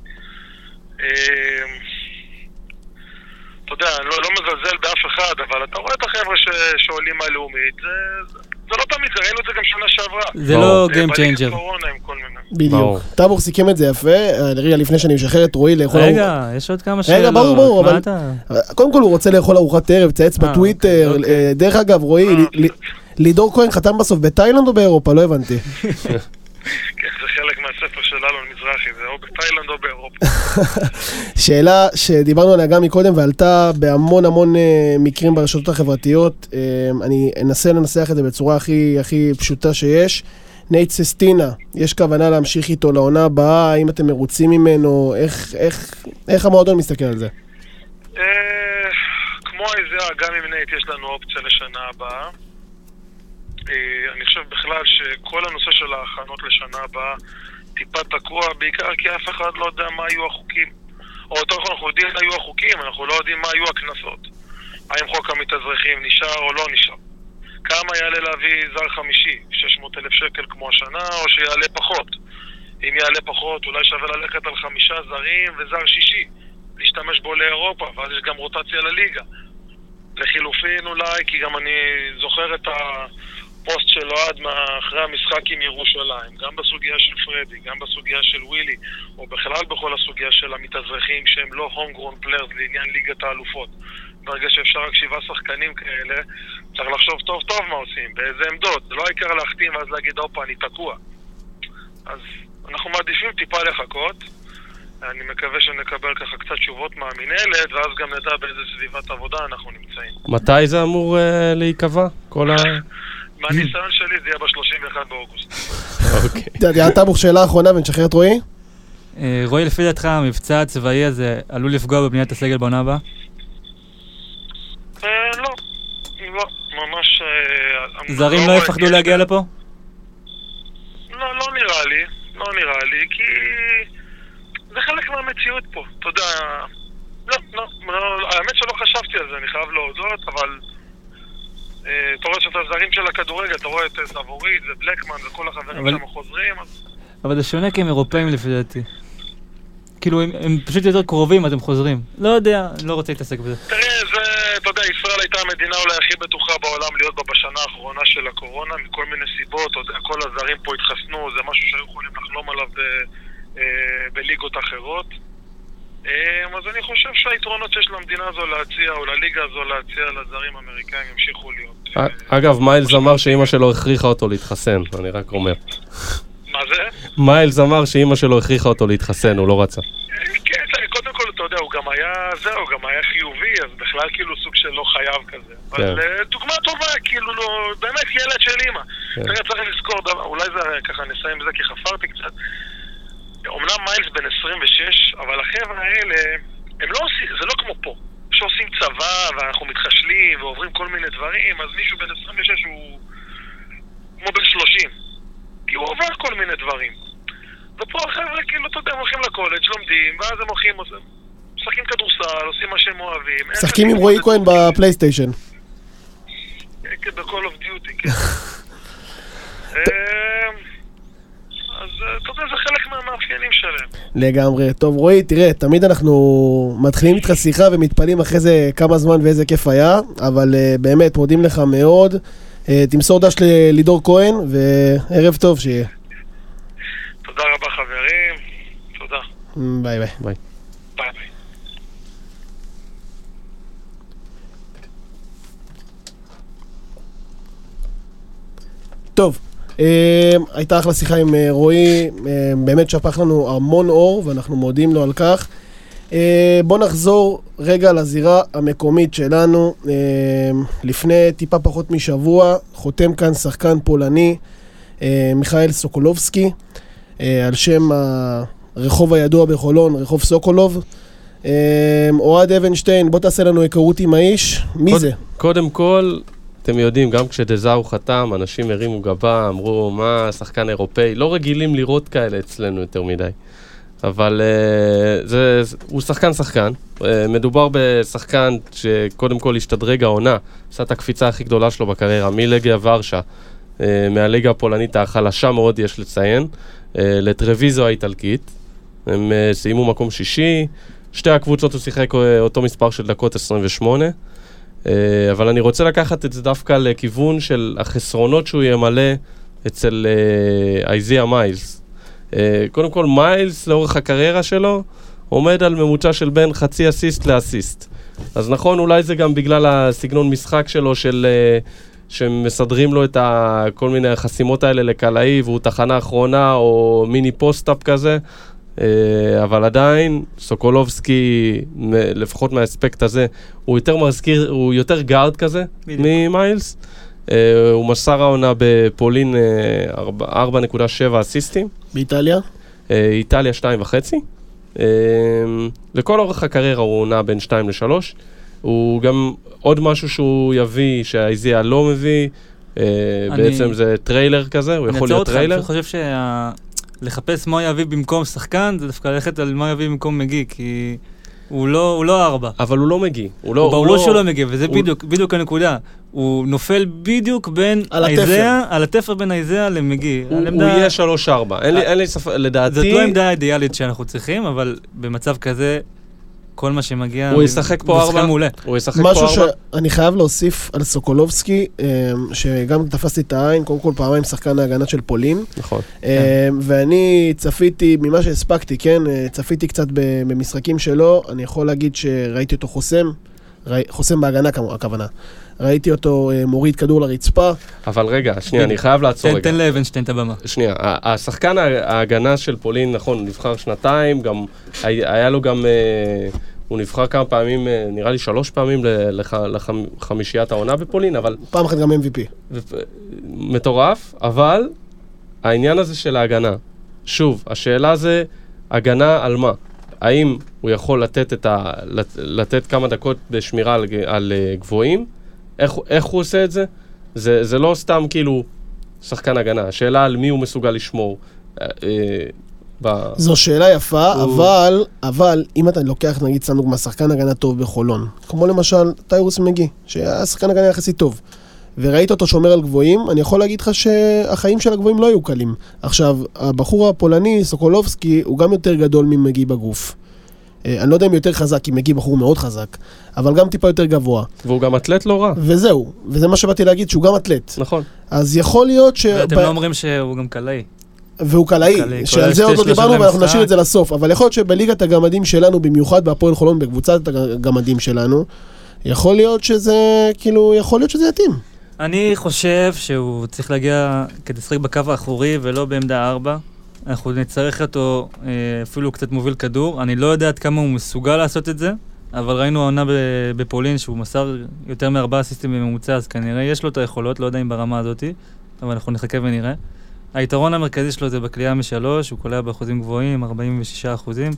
אתה יודע, אני לא, לא מזלזל באף אחד, אבל אתה רואה את החבר'ה ש... שעולים מהלאומית, זה... זה לא תמיד, ראינו את זה גם שנה שעברה. זה לא Game Changer. בדיוק. טאבור סיכם את זה יפה, רגע לפני שאני משחרר את רועי לאכול... רגע, יש עוד כמה שאלות. רגע, ברור, ברור, אבל... קודם כל הוא רוצה לאכול ארוחת ערב, צייץ בטוויטר, דרך אגב, רועי, לידור כהן חתם בסוף בתאילנד או באירופה? לא הבנתי. כן, זה חלק מהספר של אלון מזרחי, זה או בתאילנד או באירופה. שאלה שדיברנו עליה גם מקודם ועלתה בהמון המון מקרים ברשתות החברתיות, אני אנסה לנסח את זה בצורה הכי, הכי פשוטה שיש. נייט ססטינה, יש כוונה להמשיך איתו לעונה הבאה, האם אתם מרוצים ממנו, איך, איך, איך המועדון מסתכל על זה? כמו איזה, גם עם נייט יש לנו אופציה לשנה הבאה. אני חושב בכלל שכל הנושא של ההכנות לשנה הבאה טיפה תקוע, בעיקר כי אף אחד לא יודע מה היו החוקים. או יותר נכון, אנחנו יודעים מה היו החוקים, אנחנו לא יודעים מה היו הכנסות. האם חוק המתאזרחים נשאר או לא נשאר. כמה יעלה להביא זר חמישי, שש מאות אלף שקל כמו השנה, או שיעלה פחות. אם יעלה פחות, אולי שווה ללכת על חמישה זרים וזר שישי, להשתמש בו לאירופה, ואז יש גם רוטציה לליגה. לחילופין אולי, כי גם אני זוכר את הפוסט של אוהד אחרי המשחק עם ירושלים, גם בסוגיה של פרדי, גם בסוגיה של ווילי, או בכלל בכל הסוגיה של המתאזרחים שהם לא הומגרון פליירס לעניין ליגת האלופות. ברגע שאפשר רק שבעה שחקנים כאלה, צריך לחשוב טוב טוב מה עושים, באיזה עמדות. זה לא העיקר להחתים ואז להגיד, אופה, אני תקוע. אז אנחנו מעדיפים טיפה לחכות. אני מקווה שנקבל ככה קצת תשובות מהמנהלת, ואז גם נדע באיזה סביבת עבודה אנחנו נמצאים. מתי זה אמור uh, להיקבע? כל ה... מהניסיון שלי זה יהיה ב-שלושים ואחד באוגוסט. אוקיי. אתה בוך שאלה האחרונה ונשחרר את רועי? רועי, לפי דעתך, המבצע הצבאי הזה עלול לפגוע בבניית הסגל בעונה הבאה? לא, לא, ממש... זרים לא יפחדו להגיע לפה? לא, לא נראה לי, לא נראה לי, כי זה חלק מהמציאות פה, אתה יודע, לא, לא, האמת שלא חשבתי על זה, אני חייב להודות, אבל אתה רואה שאת הזרים של הכדורגל, אתה רואה את סבורית ובלקמן וכל החברים שם חוזרים, אז... אבל זה שונה כי הם אירופאים לפי דעתי. כאילו, הם, הם פשוט יותר קרובים, אז הם חוזרים. לא יודע, לא רוצה להתעסק בזה. תראה, זה, אתה יודע, ישראל הייתה המדינה אולי הכי בטוחה בעולם להיות בה בשנה האחרונה של הקורונה, מכל מיני סיבות, אתה יודע, כל הזרים פה התחסנו, זה משהו שהיו יכולים לחלום עליו ב, אה, בליגות אחרות. אה, אז אני חושב שהיתרונות שיש למדינה הזו להציע, או לליגה הזו להציע לזרים האמריקאים ימשיכו להיות. אה, אגב, מיילס אמר שאמא שלו הכריחה אותו להתחסן, אני רק אומר. מה זה? מיילס אמר שאמא שלו הכריחה אותו להתחסן, הוא לא רצה. כן, קודם כל, אתה יודע, הוא גם היה, זהו, גם היה חיובי, אז בכלל כאילו סוג של לא חייב כזה. אבל דוגמה טובה, כאילו, באמת ילד של אמא. תראה, צריך לזכור, אולי זה ככה נסיים בזה, כי חפרתי קצת. אומנם מיילס בן עשרים ושש, אבל החבר'ה האלה, הם לא עושים, זה לא כמו פה. שעושים צבא, ואנחנו מתחשלים, ועוברים כל מיני דברים, אז מישהו בן עשרים ושש הוא כמו בן שלושים. כי הוא עובר כל מיני דברים. ופה החבר'ה, כאילו, אתה יודע, הם הולכים לקולג', לומדים, ואז הם הולכים, משחקים כדורסל, עושים מה שהם אוהבים. משחקים עם רועי כהן בפלייסטיישן. כן, ב-Call of Duty, כן. אז אתה יודע, זה חלק מהמאפיינים שלהם. לגמרי. טוב, רועי, תראה, תמיד אנחנו מתחילים איתך שיחה ומתפלים אחרי זה כמה זמן ואיזה כיף היה, אבל באמת, מודים לך מאוד. תמסור דש ללידור כהן, וערב טוב שיהיה. תודה רבה חברים, תודה. ביי ביי. ביי. ביי ביי. טוב, הייתה אחלה שיחה עם רועי, באמת שפך לנו המון אור, ואנחנו מודים לו על כך. בוא נחזור רגע לזירה המקומית שלנו. לפני טיפה פחות משבוע חותם כאן שחקן פולני, מיכאל סוקולובסקי, על שם הרחוב הידוע בחולון, רחוב סוקולוב. אוהד אבנשטיין, בוא תעשה לנו היכרות עם האיש. מי זה? קודם כל, אתם יודעים, גם כשדזאו חתם, אנשים הרימו גבה, אמרו, מה, שחקן אירופאי, לא רגילים לראות כאלה אצלנו יותר מדי. אבל uh, זה, הוא שחקן שחקן, uh, מדובר בשחקן שקודם כל השתדרג העונה, עשה את הקפיצה הכי גדולה שלו בקריירה, מלגיה ורשה, uh, מהליגה הפולנית החלשה מאוד יש לציין, uh, לטרוויזו האיטלקית, הם uh, סיימו מקום שישי, שתי הקבוצות הוא שיחק uh, אותו מספר של דקות עשרים ושמונה, uh, אבל אני רוצה לקחת את זה דווקא לכיוון של החסרונות שהוא ימלא אצל uh, איזיה מיילס. Uh, קודם כל, מיילס לאורך הקריירה שלו עומד על ממוצע של בין חצי אסיסט לאסיסט. אז נכון, אולי זה גם בגלל הסגנון משחק שלו של, uh, שמסדרים לו את ה, כל מיני החסימות האלה לקלעי, והוא תחנה אחרונה, או מיני פוסט-אפ כזה, אבל עדיין, סוקולובסקי, לפחות מהאספקט הזה, הוא יותר מזכיר, הוא יותר גארד כזה, ממיילס. הוא מסר העונה בפולין ארבע נקודה שבע אסיסטים. באיטליה? איטליה שתיים וחצי. לכל אורך הקריירה הוא עונה בין שתיים לשלוש. הוא גם עוד משהו שהוא יביא, שהאיזיה לא מביא, בעצם זה טריילר כזה, הוא יכול להיות טריילר. אני חושב שלחפש מה יביא במקום שחקן, זה דווקא ללכת על מה יביא במקום מגי, כי הוא לא, הוא לא ארבע. אבל הוא לא מגי. הוא לא, הוא ברור הוא שהוא לא... לא מגי, וזה הוא... בדיוק, בדיוק הנקודה. הוא נופל בדיוק בין האיזיה, על התפר בין האיזיה למגי. הוא, הוא יהיה שלוש ארבע. אין לי, אין לי ספק, לדעתי... זאת לא עמדה האידיאלית שאנחנו צריכים, אבל במצב כזה, כל מה שמגיע... הוא ישחק פה ארבע. הוא ישחק פה ארבע. משהו שאני חייב להוסיף על סוקולובסקי, שגם תפסתי את העין, קודם כל פעמיים שחקן ההגנה של פולין. נכון. ואני צפיתי, ממה שהספקתי, כן, צפיתי קצת במשחקים שלו, אני יכול להגיד שראיתי אותו חוסם, חוסם בהגנה כמו הכוונה. ראיתי אותו מוריד כדור לרצפה. אבל רגע, שנייה, אני חייב לעצור רגע. תן לאבנשטיין את הבמה. שנייה, השחקן ההגנה של פולין, נכון, הוא נבחר שנתיים, גם היה לו גם, הוא נבחר כמה פעמים, נראה לי שלוש פעמים לחמישיית העונה בפולין, אבל... פעם אחת גם אם וי פי. מטורף, אבל העניין הזה של ההגנה, שוב, השאלה זה, הגנה על מה? האם הוא יכול לתת, את ה, לתת כמה דקות בשמירה על, על גבוהים? איך, איך הוא עושה את זה? זה? זה לא סתם כאילו שחקן הגנה. השאלה על מי הוא מסוגל לשמור. אה, ב... זו שאלה יפה, הוא... אבל, אבל אם אתה לוקח, נגיד, סתם דוגמה, שחקן הגנה טוב בחולון, כמו למשל טיירוס מגי, שהיה שחקן הגנה יחסית טוב, וראית אותו שומר על גבוהים, אני יכול להגיד לך שהחיים של הגבוהים לא היו קלים. עכשיו, הבחור הפולני, סוקולובסקי, הוא גם יותר גדול ממגי בגוף. אני לא יודע אם יותר חזק, כי מגי בחור מאוד חזק, אבל גם טיפה יותר גבוה. והוא גם אתלט לא רע. וזהו, וזה מה שבאתי להגיד, שהוא גם אתלט. נכון. אז יכול להיות ש... ואתם לא אומרים שהוא גם קלעי. והוא קלעי, שעל זה עוד לא דיברנו ואנחנו נשאיר את זה לסוף, אבל יכול להיות שבליגת הגמדים שלנו, במיוחד בהפועל חולון, בקבוצת הגמדים שלנו, יכול להיות שזה, כאילו, יכול להיות שזה יתאים. אני חושב שהוא צריך להגיע כדי לשחק בקו האחורי ולא בעמדה ארבע. אנחנו נצטרך אותו אפילו קצת מוביל כדור. אני לא יודע עד כמה הוא מסוגל לעשות את זה, אבל ראינו העונה בפולין שהוא מסר יותר מארבעה אסיסטים בממוצע, אז כנראה יש לו את היכולות, לא יודע אם ברמה הזאת, אבל אנחנו נחכה ונראה. היתרון המרכזי שלו זה בקליעה משלוש, הוא קולע באחוזים גבוהים, ארבעים ושישה אחוזים.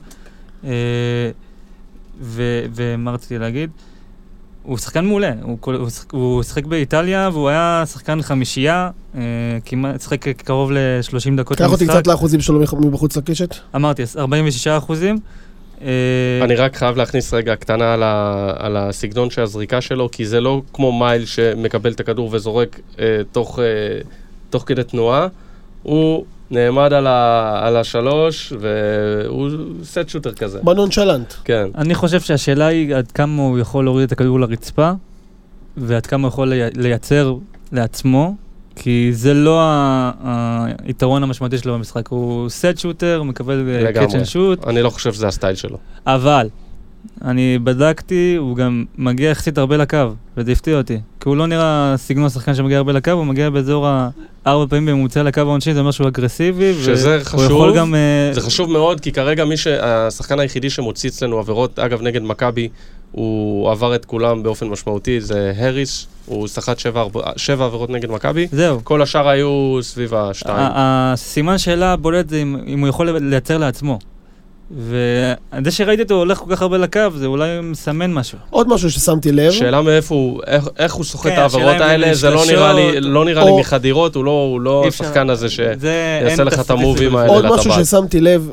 ומה רציתי להגיד? הוא שחקן מעולה, הוא, הוא, הוא שחק באיטליה והוא היה שחקן חמישייה, אה, כמעט, שחק קרוב ל-שלושים דקות למשחק. קח אותי קצת לאחוזים שלו מבחוץ לקשת. אמרתי, ארבעים ושישה אחוזים. אה, אני רק חייב להכניס רגע קטנה על, ה, על הסגנון של הזריקה שלו, כי זה לא כמו מייל שמקבל את הכדור וזורק אה, תוך, אה, תוך כדי תנועה, הוא נעמד על, ה, על השלוש, והוא סט שוטר כזה. בנונשלנט. כן. אני חושב שהשאלה היא עד כמה הוא יכול להוריד את הכדור לרצפה, ועד כמה הוא יכול לייצר לעצמו, כי זה לא היתרון המשמעותי שלו במשחק. הוא סט שוטר, הוא מקבל קאץ' אנד שוט. אני לא חושב שזה הסטייל שלו. אבל, אני בדקתי, הוא גם מגיע יחסית הרבה לקו, וזה הפתיע אותי. כי הוא לא נראה סגנון שחקן שמגיע הרבה לקו, הוא מגיע באזור הארבע פעמים בממוצע לקו העונשין, זה משהו אגרסיבי, שזה חשוב, גם, זה חשוב מאוד, כי כרגע מי שהשחקן היחידי שמוציא אצלנו עבירות, אגב נגד מכבי, הוא עבר את כולם באופן משמעותי, זה הריס, הוא שחט שבע, שבע עבירות נגד מכבי. זהו. כל השאר היו סביב השתיים. הסימן שאלה בולט זה אם, אם הוא יכול לייצר לעצמו. וזה שראיתי אותו הולך כל כך הרבה לקו, זה אולי מסמן משהו. עוד משהו ששמתי לב. שאלה מאיפה הוא, איך, איך הוא סוחט את העברות האלה, זה לא נראה לי, לא נראה לי מחדירות, הוא לא, הוא לא השחקן הזה שיעשה לך את המובים האלה לטבעת. עוד משהו ששמתי לב,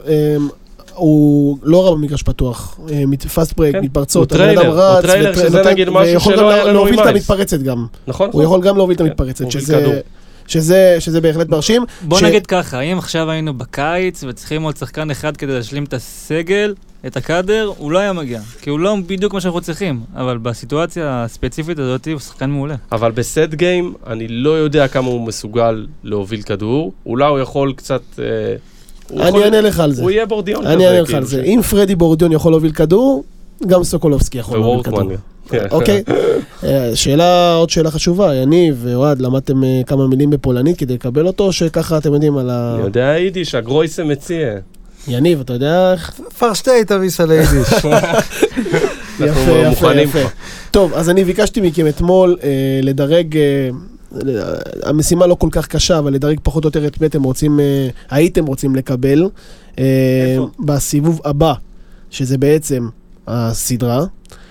הוא לא רע במגרש פתוח, פאסט ברייק, מתפרצות, הוא טריילר, הוא טריילר שזה נגיד משהו שלא היה לנו עם מייס. ויכול גם להוביל את המתפרצת גם. נכון. הוא יכול גם להוביל את המתפרצת, שזה... שזה, שזה בהחלט מרשים. בוא ש... נגיד ככה, אם עכשיו היינו בקיץ וצריכים עוד שחקן אחד כדי להשלים את הסגל, את הקאדר, הוא לא היה מגיע. כי הוא לא בדיוק מה שאנחנו צריכים. אבל בסיטואציה הספציפית הזאת הוא שחקן מעולה. אבל בסט גיים, אני לא יודע כמה הוא מסוגל להוביל כדור. אולי הוא יכול קצת... אה, אני אענה לך על זה. הוא יהיה בורדיון כזה. אני אענה לך על זה. אם פרדי בורדיון יכול להוביל כדור, גם סוקולובסקי יכול להוביל כדור. אוקיי. שאלה, עוד שאלה חשובה, יניב ואוהד, למדתם כמה מילים בפולנית כדי לקבל אותו, או שככה אתם יודעים על ה... אני יודע יידיש, הגרויסה מציע. יניב, אתה יודע... פרשטייט אביס על היידיש. יפה, יפה, יפה. טוב, אז אני ביקשתי מכם אתמול לדרג, המשימה לא כל כך קשה, אבל לדרג פחות או יותר את מי אתם רוצים, הייתם רוצים לקבל. איפה? בסיבוב הבא, שזה בעצם הסדרה.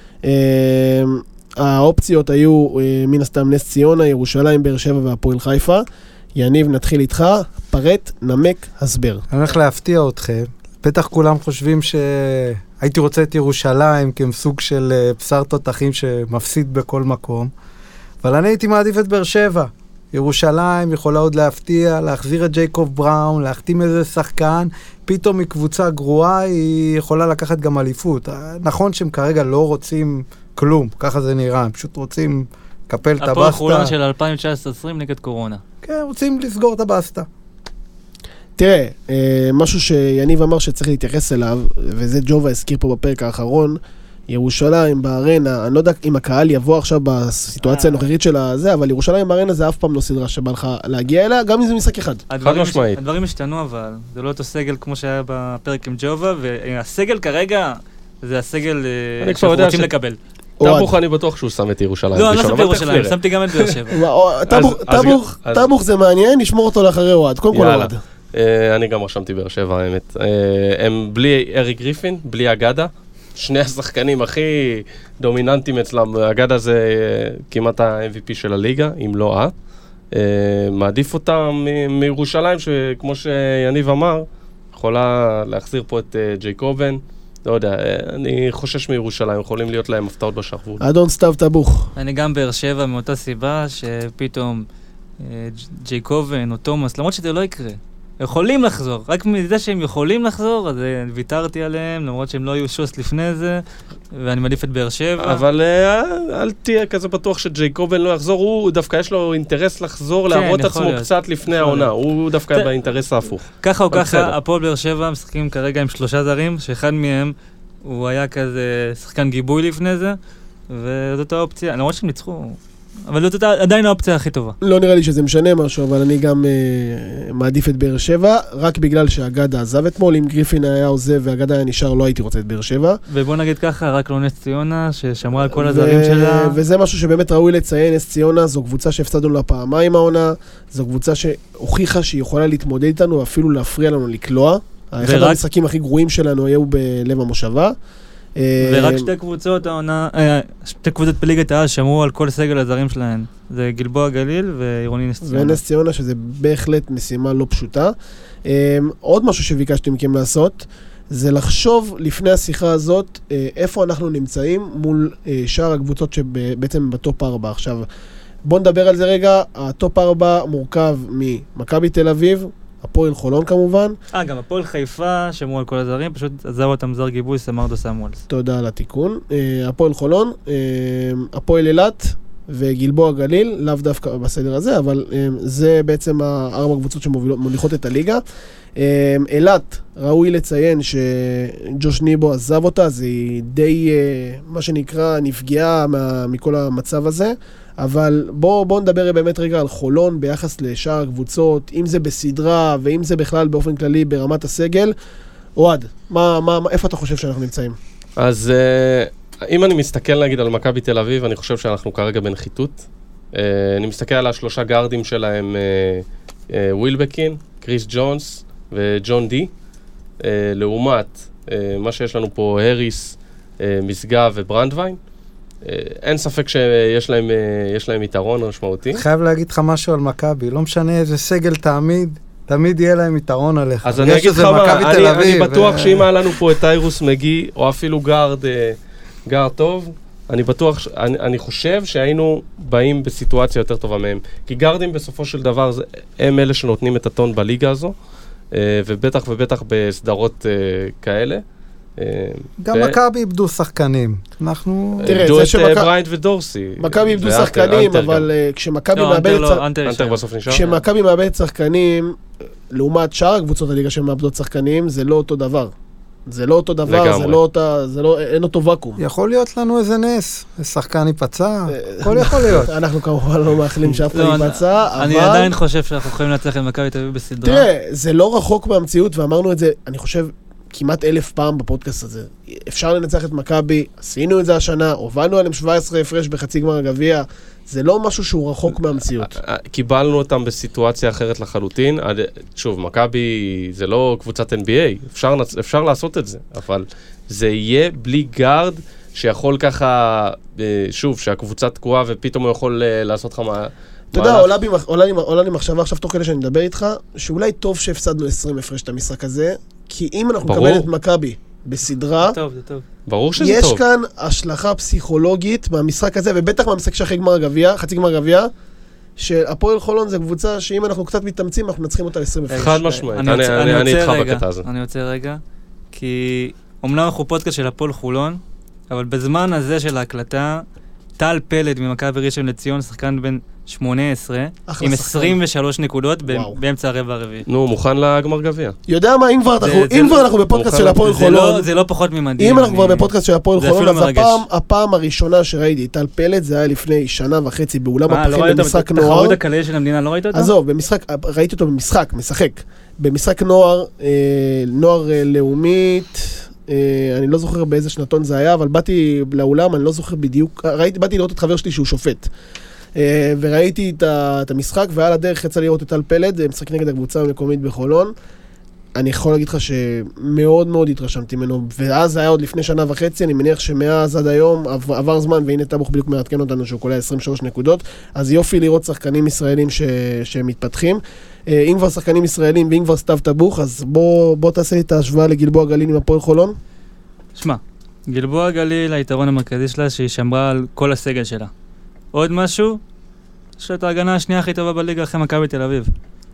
האופציות היו מן הסתם נס ציונה, ירושלים, באר שבע והפועל חיפה. יניב, נתחיל איתך, פרט, נמק, הסבר. אני הולך להפתיע אתכם. בטח כולם חושבים שהייתי רוצה את ירושלים כסוג של בשר תותחים שמפסיד בכל מקום, אבל אני הייתי מעדיף את באר שבע. ירושלים יכולה עוד להפתיע, להחזיר את ג'ייקוב בראון, להחתים איזה שחקן, פתאום מקבוצה גרועה היא יכולה לקחת גם אליפות. נכון שהם כרגע לא רוצים כלום, ככה זה נראה, הם פשוט רוצים לקפל את הבסטה. הפועל חולון של אלפיים תשע עשרה עשרים נגד קורונה. כן, רוצים לסגור את הבסטה. תראה, משהו שיניב אמר שצריך להתייחס אליו, וזה ג'ובה הזכיר פה בפרק האחרון, ירושלים בארנה, אני לא יודע אם הקהל יבוא עכשיו בסיטואציה הנוכחית של הזה, אבל ירושלים בארנה זה אף פעם לא סדרה שבא לך להגיע אליה, גם אם זה משחק אחד. חד משמעית. הדברים השתנו אבל, זה לא אותו סגל כמו שהיה בפרק עם ג'ובה, והסגל כרגע זה הסגל שאנחנו רוצים לקבל. טבוך אני בטוח שהוא שם את ירושלים. לא, אני לא שם את ירושלים, שמתי גם את באר שבע. טבוך זה מעניין, נשמור אותו לאחרי אוהד, קודם כל אוהד. אני גם רשמתי באר שבע, האמת. הם בלי אריק גריפין, בלי אגדה. שני השחקנים הכי דומיננטיים אצלם, אגדה זה כמעט ה-אם וי פי של הליגה, אם לא אה. מעדיף אותם מירושלים, שכמו שיניב אמר, יכולה להחזיר פה את ג'ייקובן. לא יודע, אני חושש מירושלים, יכולים להיות להם הפתעות בשרבול. אדון סתיו טבוך. אני גם באר שבע מאותה סיבה שפתאום ג'ייקובן או תומאס, למרות שזה לא יקרה. יכולים לחזור, רק מזה שהם יכולים לחזור, אז ויתרתי עליהם, למרות שהם לא היו שוס לפני זה, ואני מעדיף את באר שבע. אבל אל תהיה כזה בטוח שג'ייקובן לא יחזור, הוא דווקא יש לו אינטרס לחזור, להראות עצמו קצת לפני העונה, הוא דווקא באינטרס ההפוך. ככה או ככה, הפועל באר שבע משחקים כרגע עם שלושה זרים, שאחד מהם הוא היה כזה שחקן גיבוי לפני זה, וזאת האופציה, למרות שהם ניצחו. אבל זאת עדיין האופציה הכי טובה. לא נראה לי שזה משנה משהו, אבל אני גם uh, מעדיף את באר שבע, רק בגלל שהגדה עזב אתמול, אם גריפין היה עוזב והגדה היה נשאר, לא הייתי רוצה את באר שבע. ובוא נגיד ככה, רק לא נס ציונה, ששמרה על כל הזרים שלה. וזה משהו שבאמת ראוי לציין, נס ציונה זו קבוצה שהפסדנו לה פעמיים העונה, זו קבוצה שהוכיחה שהיא יכולה להתמודד איתנו, ואפילו להפריע לנו לקלוע. אחד המשחקים הכי גרועים שלנו היו בלב המושבה. ורק שתי קבוצות העונה, שתי קבוצות בליגת העל שמרו על כל סגל הזרים שלהן. זה גלבוע גליל ועירוני נס ציונה. ונס ציונה, שזה בהחלט משימה לא פשוטה. עוד משהו שביקשתי מכם לעשות, זה לחשוב לפני השיחה הזאת, איפה אנחנו נמצאים מול שאר הקבוצות שבעצם בטופ ארבע. עכשיו, בואו נדבר על זה רגע. הטופ ארבע מורכב ממכבי תל אביב, הפועל חולון כמובן. אה, גם הפועל חיפה, שמרו על כל הזרים, פשוט עזב אותם זר גיבוי, סמרדו סמואלס. תודה על התיקון. הפועל חולון, הפועל אילת וגלבוע גליל, לאו דווקא בסדר הזה, אבל זה בעצם הארבע קבוצות שמוליכות את הליגה. אילת, ראוי לציין שג'וש ניבו עזב אותה, זה די, מה שנקרא, נפגעה מכל המצב הזה. אבל בואו בוא נדבר באמת רגע על חולון ביחס לשאר הקבוצות, אם זה בסדרה ואם זה בכלל באופן כללי ברמת הסגל. אוהד, מה, מה, איפה אתה חושב שאנחנו נמצאים? אז אם אני מסתכל נגיד על מכבי תל אביב, אני חושב שאנחנו כרגע בנחיתות. אני מסתכל על השלושה גארדים שלהם, ווילבקין, קריס ג'ונס וג'ון די. לעומת מה שיש לנו פה, הריס, משגב וברנדווין. אין ספק שיש להם, יש להם יתרון משמעותי. חייב להגיד לך משהו על מכבי, לא משנה איזה סגל תמיד, תמיד יהיה להם יתרון עליך. אז אני אגיד לך מה, אני, אני בטוח ו... שאם היה לנו פה את טיירוס מגי, או אפילו גארד, גארד טוב, אני בטוח, אני, אני חושב שהיינו באים בסיטואציה יותר טובה מהם. כי גארדים בסופו של דבר, הם אלה שנותנים את הטון בליגה הזו, ובטח ובטח בסדרות כאלה. גם מכבי איבדו שחקנים. אנחנו... איבדו את בריינט ודורסי. מכבי איבדו שחקנים, אבל כשמכבי מאבדת שחקנים, לעומת שאר הקבוצות הליגה שמאבדות שחקנים, זה לא אותו דבר. זה לא אותו דבר, לגמרי. זה לא אותה, זה לא, אין אותו וקום. יכול להיות לנו איזה נס, שחקן ייפצע, הכל יכול להיות. אנחנו כמובן לא מאחלים שאף אחד לא, אני- ייפצע, אבל... אני עדיין חושב שאנחנו יכולים לנצח את מכבי תל אביב בסדרה. תראה, זה לא רחוק מהמציאות, ואמרנו את זה, אני חושב, כמעט אלף פעם בפודקאסט הזה. אפשר לנצח את מכבי, עשינו את זה השנה, הובלנו עליהם שבע עשרה הפרש בחצי גמר הגביע, זה לא משהו שהוא רחוק מהמציאות. קיבלנו אותם בסיטואציה אחרת לחלוטין. עד- שוב, מכבי זה לא קבוצת אן בי איי, אפשר, נצ- אפשר לעשות את זה, אבל זה יהיה בלי גארד שיכול ככה, אה, שוב, שהקבוצה תקועה ופתאום הוא יכול אה, לעשות לך מה... אתה יודע, עולה בי מח- עולה לי- עולה לי מחשבה עכשיו תוך כדי שאני מדבר איתך, שאולי טוב שהפסדנו עשרים הפרש את המשחק הזה, כי אם אנחנו ברור. נקבל את מכבי בסדרה, טוב, זה טוב. ברור שזה יש טוב. כאן השלכה פסיכולוגית מהמשחק הזה, ובטח מהמשחק שאחרי גמר הגביע, חצי גמר הגביע, שהפועל חולון זה קבוצה שאם אנחנו קצת מתאמצים, אנחנו מנצחים אותה ל-עשרים הפרש. חד משמעית, אני אני- יוצא- אני אני אני יוצא איתך רגע, בקטע הזה. אני יוצא רגע, כי אומנם אנחנו פודקאסט של הפועל חולון, אבל בזמן הזה של ההקלטה, טל פלד ממכבי ראשון לציון, שחקן בן שמונה עשרה, אחלה עם שחקן. עשרים ושלוש נקודות ב- וואו. באמצע הרבע הרביעי. נו, מוכן לגמר גביע. יודע מה, אם כבר זה- אנחנו- זה אם לא- כבר אנחנו בפודקאסט מוכן- של הפועל זה לא- חולון, זה לא פחות ממדהים. אם אנחנו כבר אני- בפודקאסט של הפועל זה חולון, אפילו אז מרגש. הפעם, הפעם הראשונה שראיתי את טל פלד, זה היה לפני שנה וחצי באולם מה, לא הפחים ראית במשחק את נוער. התחרות הכללית של המדינה, לא ראית אותה? עזוב, במשחק, ראיתי אותו במשחק, משחק. במשחק נוער, אה, נוער אה, לאומית, אה, אני לא זוכר באיזה שנתון זה היה, אבל באתי לאולם, אני לא זוכר בדיוק, ראיתי, באתי לראות את חבר שלי שהוא שופט. אה, וראיתי את, ה, את המשחק, ועל הדרך יצא לראות את טל פלד, משחק נגד הקבוצה המקומית בחולון. אני יכול להגיד לך שמאוד מאוד התרשמתי ממנו, ואז זה היה עוד לפני שנה וחצי, אני מניח שמאז עד היום עבר, עבר זמן, והנה טבוך בדיוק מעדכן אותנו שהוא קולע עשרים ושלוש נקודות, אז יופי לראות שחקנים ישראלים ש, שמתפתחים. אה, אם כבר שחקנים ישראלים ואם כבר סתיו טבוך, אז בוא, בוא תעשה לי את ההשוואה לגלבוע גליל עם הפועל חולון. שמע, גלבוע גליל, היתרון המרכזי שלה שהיא שמרה על כל הסגל שלה. עוד משהו, יש לה את ההגנה השנייה הכי טובה בליגה אחרי מכבי תל אביב.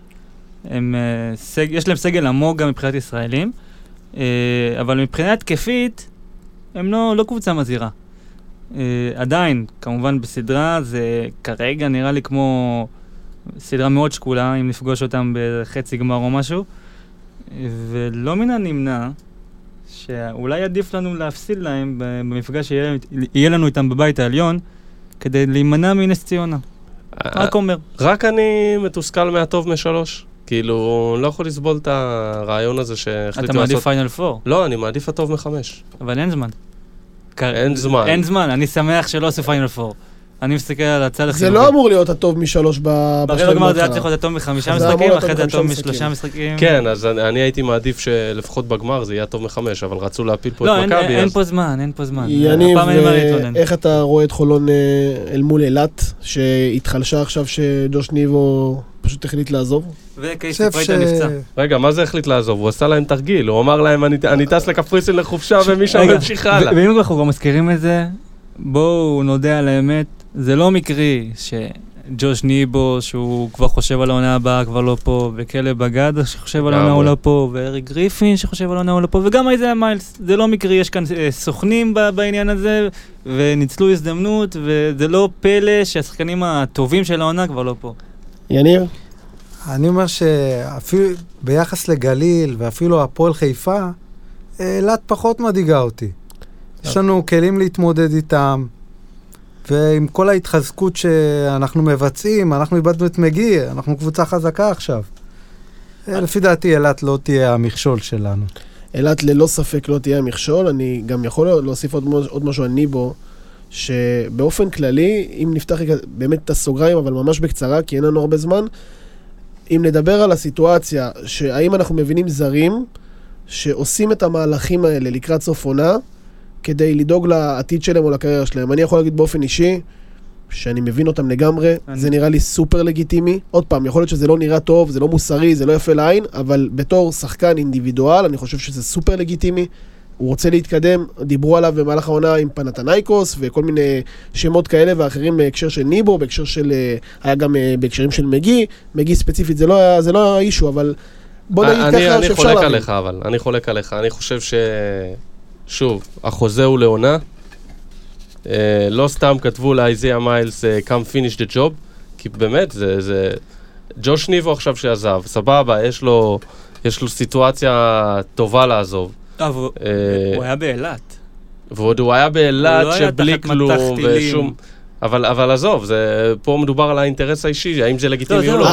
הם, uh, סג, יש להם סגל עמוק גם מבחינת ישראלים, uh, אבל מבחינה התקפית, הם לא, לא קבוצה מזהירה. Uh, עדיין, כמובן בסדרה, זה כרגע נראה לי כמו סדרה מאוד שקולה, אם נפגוש אותם בחצי גמר או משהו, ולא מן הנמנע, שאולי עדיף לנו להפסיד להם במפגש שיהיה יהיה לנו איתם בבית העליון, כדי להימנע מנס ציונה. רק אומר. רק אני מתוסכל מהטוב משלוש. כאילו, אני לא יכול לסבול את הרעיון הזה שהחליטו לעשות... אתה מעדיף פיינל פור, לא, אני מעדיף הטוב מחמש. אבל אין זמן. אין זמן. אין זמן, אני שמח שלא עשו פיינל פור. אני מסתכל על הצד החיובי. זה לא אמור להיות הטוב משלוש ב- ברבע בשלב גמר זה היה בהתחלה. צריך להיות הטוב מחמישה זה אמור משחקים, להיות אחרי זה הטוב הטוב מחמישה משלושה משחקים. כן, אז אני, אני הייתי מעדיף שלפחות בגמר זה יהיה טוב מחמש, אבל רצו להפיל פה לא, את אין- מכבי, אין אז... פה זמן, אין פה זמן. יניב, הפעם אין מה להתלונן. איך אתה רואה את חולון אה, אל מול אילת, שהתחלשה עכשיו שג'וש ניבו פשוט החליט לעזוב? וקייסי חושב פרייטר נפצע. רגע, מה זה החליט לעזוב? הוא עשה להם תרגיל, הוא אמר להם, אני, אני טס לקפריסין לחופשה ומשם רגע, ממשיך הלאה. ו- ואם אנחנו כבר מזכירים את זה, בואו נודה על האמת, זה לא מקרי שג'וש ניבו, שהוא כבר חושב על העונה הבאה, כבר לא פה, וכלב בגד שחושב על העונה הוא לא פה, ואריק גריפין שחושב על העונה הוא לא פה, וגם איזה מיילס, זה לא מקרי, יש כאן אה, סוכנים ב- בעניין הזה, וניצלו הזדמנות, וזה לא פלא שהשחקנים הטובים של העונה כבר לא פה. יניב? אני אומר שאפילו ביחס לגליל ואפילו הפועל חיפה, אילת פחות מדאיגה אותי. יש לנו כלים להתמודד איתם, ועם כל ההתחזקות שאנחנו מבצעים, אנחנו איבדנו את מגי, אנחנו קבוצה חזקה עכשיו. לפי דעתי אילת לא תהיה המכשול שלנו. אילת ללא ספק לא תהיה המכשול, אני גם יכול להוסיף עוד, עוד משהו על ניבו, שבאופן כללי, אם נפתח באמת את הסוגריים, אבל ממש בקצרה, כי אין לנו הרבה זמן, אם נדבר על הסיטואציה, שהאם אנחנו מבינים זרים, שעושים את המהלכים האלה לקראת סוף עונה, כדי לדאוג לעתיד שלהם או לקריירה שלהם. אני יכול להגיד באופן אישי, שאני מבין אותם לגמרי, אני... זה נראה לי סופר לגיטימי. עוד פעם, יכול להיות שזה לא נראה טוב, זה לא מוסרי, זה לא יפה לעין, אבל בתור שחקן אינדיבידואל, אני חושב שזה סופר לגיטימי. הוא רוצה להתקדם, דיברו עליו במהלך העונה עם פנתנייקוס, וכל מיני שמות כאלה ואחרים בהקשר של ניבו, בהקשר של, היה גם בהקשרים של מגי, מגי ספציפית, זה לא היה, זה לא היה אישו, אבל בוא נגיד אני, ככה אני שאפשר חולק להבין. עליך, אבל, אני חולק עליך, אני חושב ש... שוב, החוזה הוא לעונה, Uh, לא סתם כתבו לאיזיה מיילס uh, come finish the job, כי באמת זה, זה... ג'וש ניבו עכשיו שעזב, סבבה, יש לו, יש לו סיטואציה טובה לעזוב, הוא היה באילת. ועוד הוא היה באילת שבלי כלום ושום... אבל, אבל עזוב, זה, פה מדובר על האינטרס האישי, האם זה לגיטימי או לא.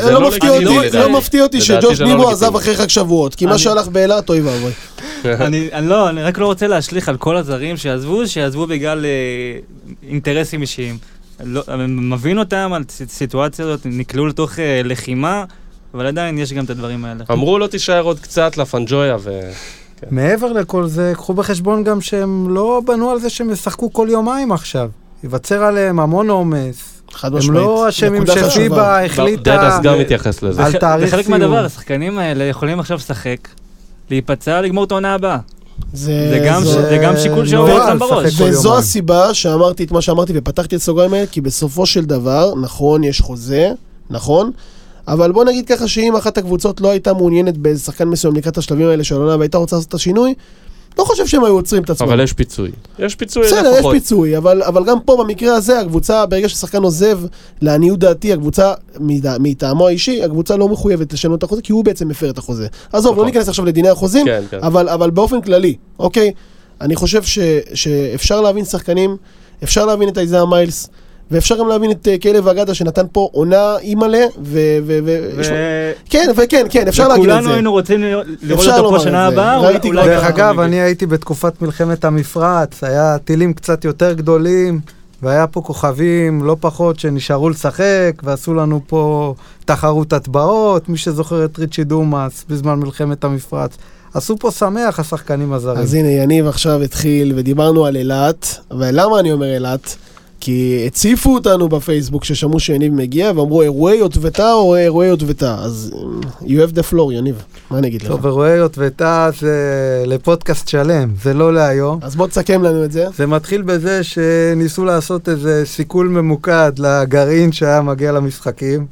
לא מפתיע אותי שג'וש נימו עזב אחרי חג שבועות, כי מה שהלך באילת, אוי ואבוי. אני רק לא רוצה להשליך על כל הזרים שעזבו, שעזבו בגלל אינטרסים אישיים. מבין אותם על סיטואציה הזאת, נקלעו לתוך לחימה, אבל עדיין יש גם את הדברים האלה. אמרו לו תישאר עוד קצת לפנג'ויה ו... מעבר לכל זה, קחו בחשבון גם שהם לא בנו על זה שהם ישחקו כל יומיים עכשיו. ייווצר עליהם המון עומס. חד משמעית. הם לא אשמים שפיבה החליטה... דדס גם מתייחס לזה. על תאריך סיום. זה חלק מהדבר, השחקנים האלה יכולים עכשיו לשחק, להיפצע, לגמור את העונה הבאה. זה גם שיקול שעובר אצלם בראש. וזו הסיבה שאמרתי את מה שאמרתי ופתחתי את סוגריים האלה, כי בסופו של דבר, נכון, יש חוזה, נכון, אבל בוא נגיד ככה שאם אחת הקבוצות לא הייתה מעוניינת באיזה שחקן מסוים לקראת השלבים האלה של העונה והייתה רוצה לעשות את השינוי, לא חושב שהם היו עוצרים את עצמם. אבל יש פיצוי. יש פיצוי לפחות. בסדר, יש פיצוי, אבל, אבל גם פה במקרה הזה, הקבוצה, ברגע ששחקן עוזב, לעניות דעתי, הקבוצה, מטעמו האישי, הקבוצה לא מחויבת לשנות את החוזה, כי הוא בעצם מפר את החוזה. עזוב, לא ניכנס עכשיו לדיני החוזים, כן, כן. אבל, אבל באופן כללי, אוקיי? אני חושב ש, שאפשר להבין שחקנים, אפשר להבין את איזיה מיילס, ואפשר גם להבין את כלב אגדה שנתן פה עונה אימאלה, ו... ו... ו... כן, וכן, כן, אפשר להגיד את זה. וכולנו היינו רוצים לראות אותו פה שנה הבאה. דרך אגב, אני הייתי בתקופת מלחמת המפרץ, היה טילים קצת יותר גדולים, והיה פה כוכבים לא פחות שנשארו לשחק, ועשו לנו פה תחרות הטבעות, מי שזוכר את ריצ'י דומאס בזמן מלחמת המפרץ. עשו פה שמח השחקנים הזרים. אז הנה, יניב עכשיו התחיל, ודיברנו על אילת, ולמה אני אומר אילת? כי הציפו אותנו בפייסבוק ששמעו שיניב מגיע, ואמרו אירועי יוטבתה או אירועי יוטבתה. אז you have the floor, יניב. מה אני אגיד לך? טוב, אירועי יוטבתה זה לפודקאסט שלם, זה לא להיום. אז בוא תסכם לנו את זה. זה מתחיל בזה שניסו לעשות איזה סיכול ממוקד לגרעין שהיה מגיע למשחקים,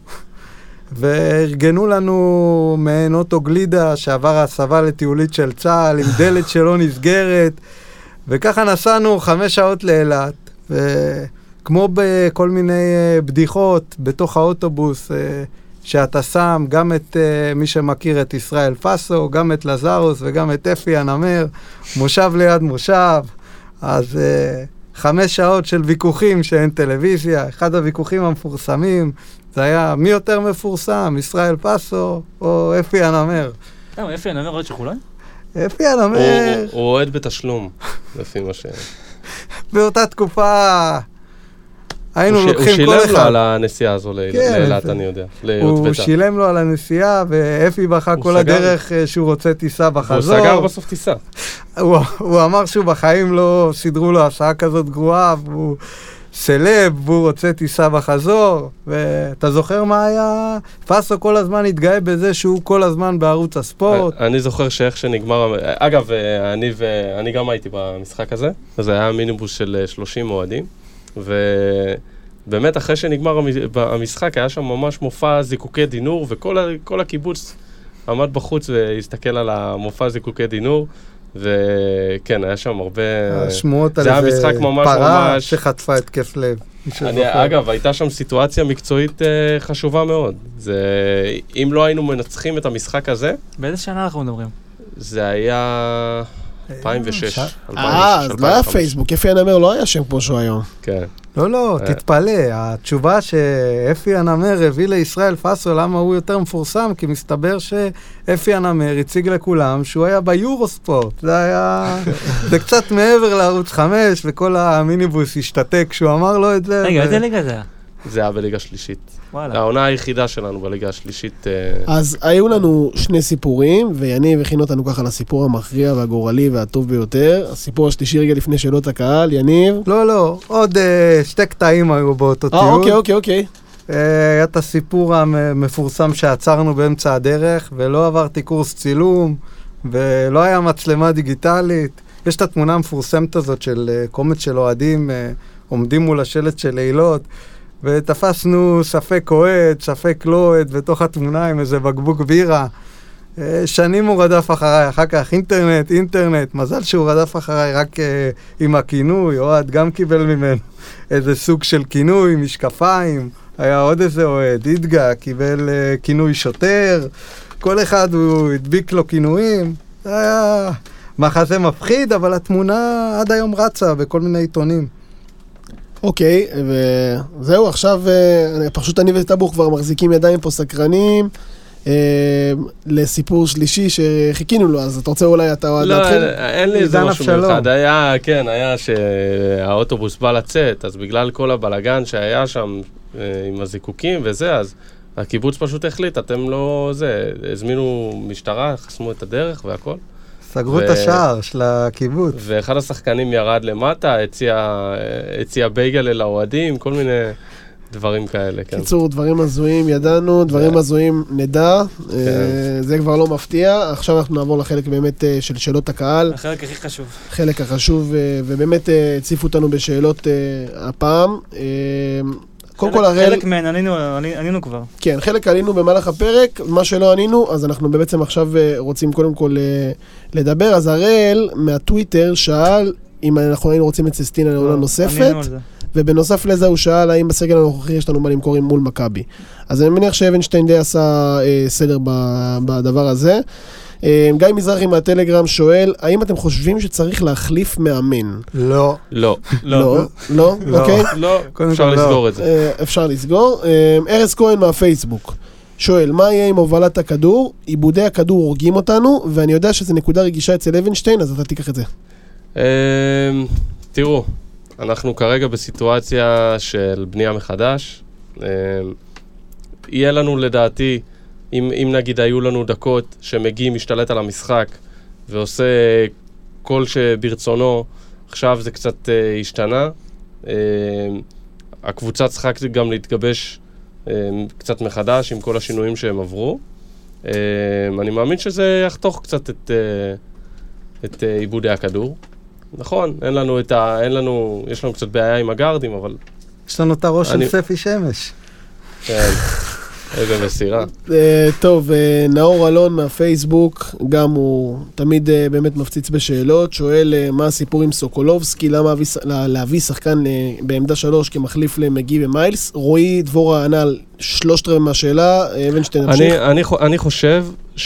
וארגנו לנו מעין אוטו גלידה שעבר הסבה לטיולית של צה"ל, עם דלת שלא נסגרת, וככה נסענו חמש שעות לאילת, ו... כמו בכל מיני בדיחות בתוך האוטובוס, שאתה שם גם את מי שמכיר את ישראל פסו, גם את לזרוס וגם את אפי הנמר, מושב ליד מושב. אז חמש שעות של ויכוחים שאין טלוויזיה. אחד הוויכוחים המפורסמים, זה היה מי יותר מפורסם, ישראל פסו או אפי הנמר. למה, אפי הנמר עוד שחולן? אפי הנמר... הוא אוהד בתשלום, לפי מה ש... באותה תקופה... היינו לוקחים כל אחד. הוא שילם לו על הנסיעה הזו לאילת, אני יודע. הוא שילם לו על הנסיעה, ואפי בכה כל הדרך שהוא רוצה טיסה בחזור. הוא סגר בסוף טיסה. הוא אמר שהוא בחיים לא סידרו לו הסעה כזאת גרועה, והוא סלב, והוא רוצה טיסה בחזור. ואתה זוכר מה היה? פסו כל הזמן התגאה בזה שהוא כל הזמן בערוץ הספורט. אני זוכר שאיך שנגמר... אגב, אני גם הייתי במשחק הזה, אז היה מיניבוס של שלושים אוהדים. ובאמת אחרי שנגמר המשחק היה שם ממש מופע זיקוקי דינור, וכל הקיבוץ עמד בחוץ והסתכל על המופע זיקוקי דינור, וכן, היה שם הרבה... השמועות על איזה פרה שחטפה התקף לב. אגב, הייתה שם סיטואציה מקצועית חשובה מאוד. אם לא היינו מנצחים את המשחק הזה... באיזה שנה אנחנו מדברים? זה היה... אלפיים ושש. אה, אז לא היה פייסבוק, אפי הנמר לא היה שם כמו שהוא היום. כן. לא, לא, תתפלא. התשובה שאפי הנמר הביא לישראל פסו, למה הוא יותר מפורסם? כי מסתבר שאפי הנמר הציג לכולם שהוא היה ביורוספורט. זה היה... זה קצת מעבר לערוץ חמש, וכל המיניבוס השתתק כשהוא אמר לו את זה. רגע, איזה ליגה זה היה? זה היה בליגה שלישית. העונה היחידה שלנו בליגה השלישית. אז היו לנו שני סיפורים, ויניב הכין אותנו ככה לסיפור המכריע והגורלי והטוב ביותר. הסיפור השלישי רגע לפני שאלות הקהל, יניב. לא, לא, עוד שתי קטעים היו באותו טיול. אה, אוקיי, אוקיי, אוקיי. היה את הסיפור המפורסם שעצרנו באמצע הדרך, ולא עברתי קורס צילום, ולא היה מצלמה דיגיטלית. יש את התמונה המפורסמת הזאת של קומץ של אוהדים, עומדים מול השלט של לילות, ותפסנו ספק אוהד, ספק לא אוהד, בתוך התמונה עם איזה בקבוק בירה. שנים הוא רדף אחריי, אחר כך אינטרנט, אינטרנט, מזל שהוא רדף אחריי רק uh, עם הכינוי, אוהד גם קיבל ממנו איזה סוג של כינוי, משקפיים, היה עוד איזה אוהד, אידגה, קיבל uh, כינוי שוטר, כל אחד הוא הדביק לו כינויים, זה היה מחזה מפחיד, אבל התמונה עד היום רצה בכל מיני עיתונים. אוקיי, וזהו, עכשיו פשוט אני וטאבוך כבר מחזיקים ידיים פה סקרנים לסיפור שלישי שחיכינו לו, אז אתה רוצה אולי אתה... לא, אין לי איזה משהו מיוחד. היה, כן, היה שהאוטובוס בא לצאת, אז בגלל כל הבלגן שהיה שם עם הזיקוקים וזה, אז הקיבוץ פשוט החליט, אתם לא זה, הזמינו משטרה, חסמו את הדרך והכל. סגרו את השער של הקיבוץ. ואחד השחקנים ירד למטה, הציע בייגל אל האוהדים, כל מיני דברים כאלה. קיצור, דברים הזויים ידענו, דברים הזויים נדע, זה כבר לא מפתיע. עכשיו אנחנו נעבור לחלק באמת של שאלות הקהל. החלק הכי חשוב. חלק החשוב, ובאמת הציפו אותנו בשאלות הפעם. קודם כל הראל... חלק מהן ענינו, ענינו כבר. כן, חלק ענינו במהלך הפרק, מה שלא ענינו, אז אנחנו בעצם עכשיו רוצים קודם כל לדבר. אז הראל מהטוויטר שאל אם אנחנו היינו רוצים את ססטינה לעונה נוספת, ובנוסף לזה הוא שאל האם בסגל הנוכחי יש לנו מה למכור מול מכבי. אז אני מניח שאבנשטיין די עשה סדר בדבר הזה. גיא מזרחי מהטלגרם שואל, האם אתם חושבים שצריך להחליף מאמן? לא. לא. לא. לא? אוקיי? לא. אפשר לסגור את זה. אפשר לסגור. ארז כהן מהפייסבוק שואל, מה יהיה עם הובלת הכדור? עיבודי הכדור הורגים אותנו, ואני יודע שזו נקודה רגישה אצל אבנשטיין, אז אתה תיקח את זה. תראו, אנחנו כרגע בסיטואציה של בנייה מחדש. יהיה לנו לדעתי, אם, אם נגיד היו לנו דקות שמגיע משתלט על המשחק ועושה כל שברצונו, עכשיו זה קצת uh, השתנה. Uh, הקבוצה צריכה גם להתגבש uh, קצת מחדש עם כל השינויים שהם עברו. Uh, אני מאמין שזה יחתוך קצת את, uh, את uh, עיבודי הכדור. נכון, אין לנו את ה... אין לנו... יש לנו קצת בעיה עם הגארדים, אבל... יש לנו את הראש של ספי שמש. כן. איזה מסירה. טוב, נאור אלון מהפייסבוק, גם הוא תמיד באמת מפציץ בשאלות, שואל מה הסיפור עם סוקולובסקי, למה להביא שחקן בעמדה שלוש כמחליף למגי ומיילס. רועי דבורה ענה על שלושת רבעי מהשאלה, אבנשטיין נמשיך. אני חושב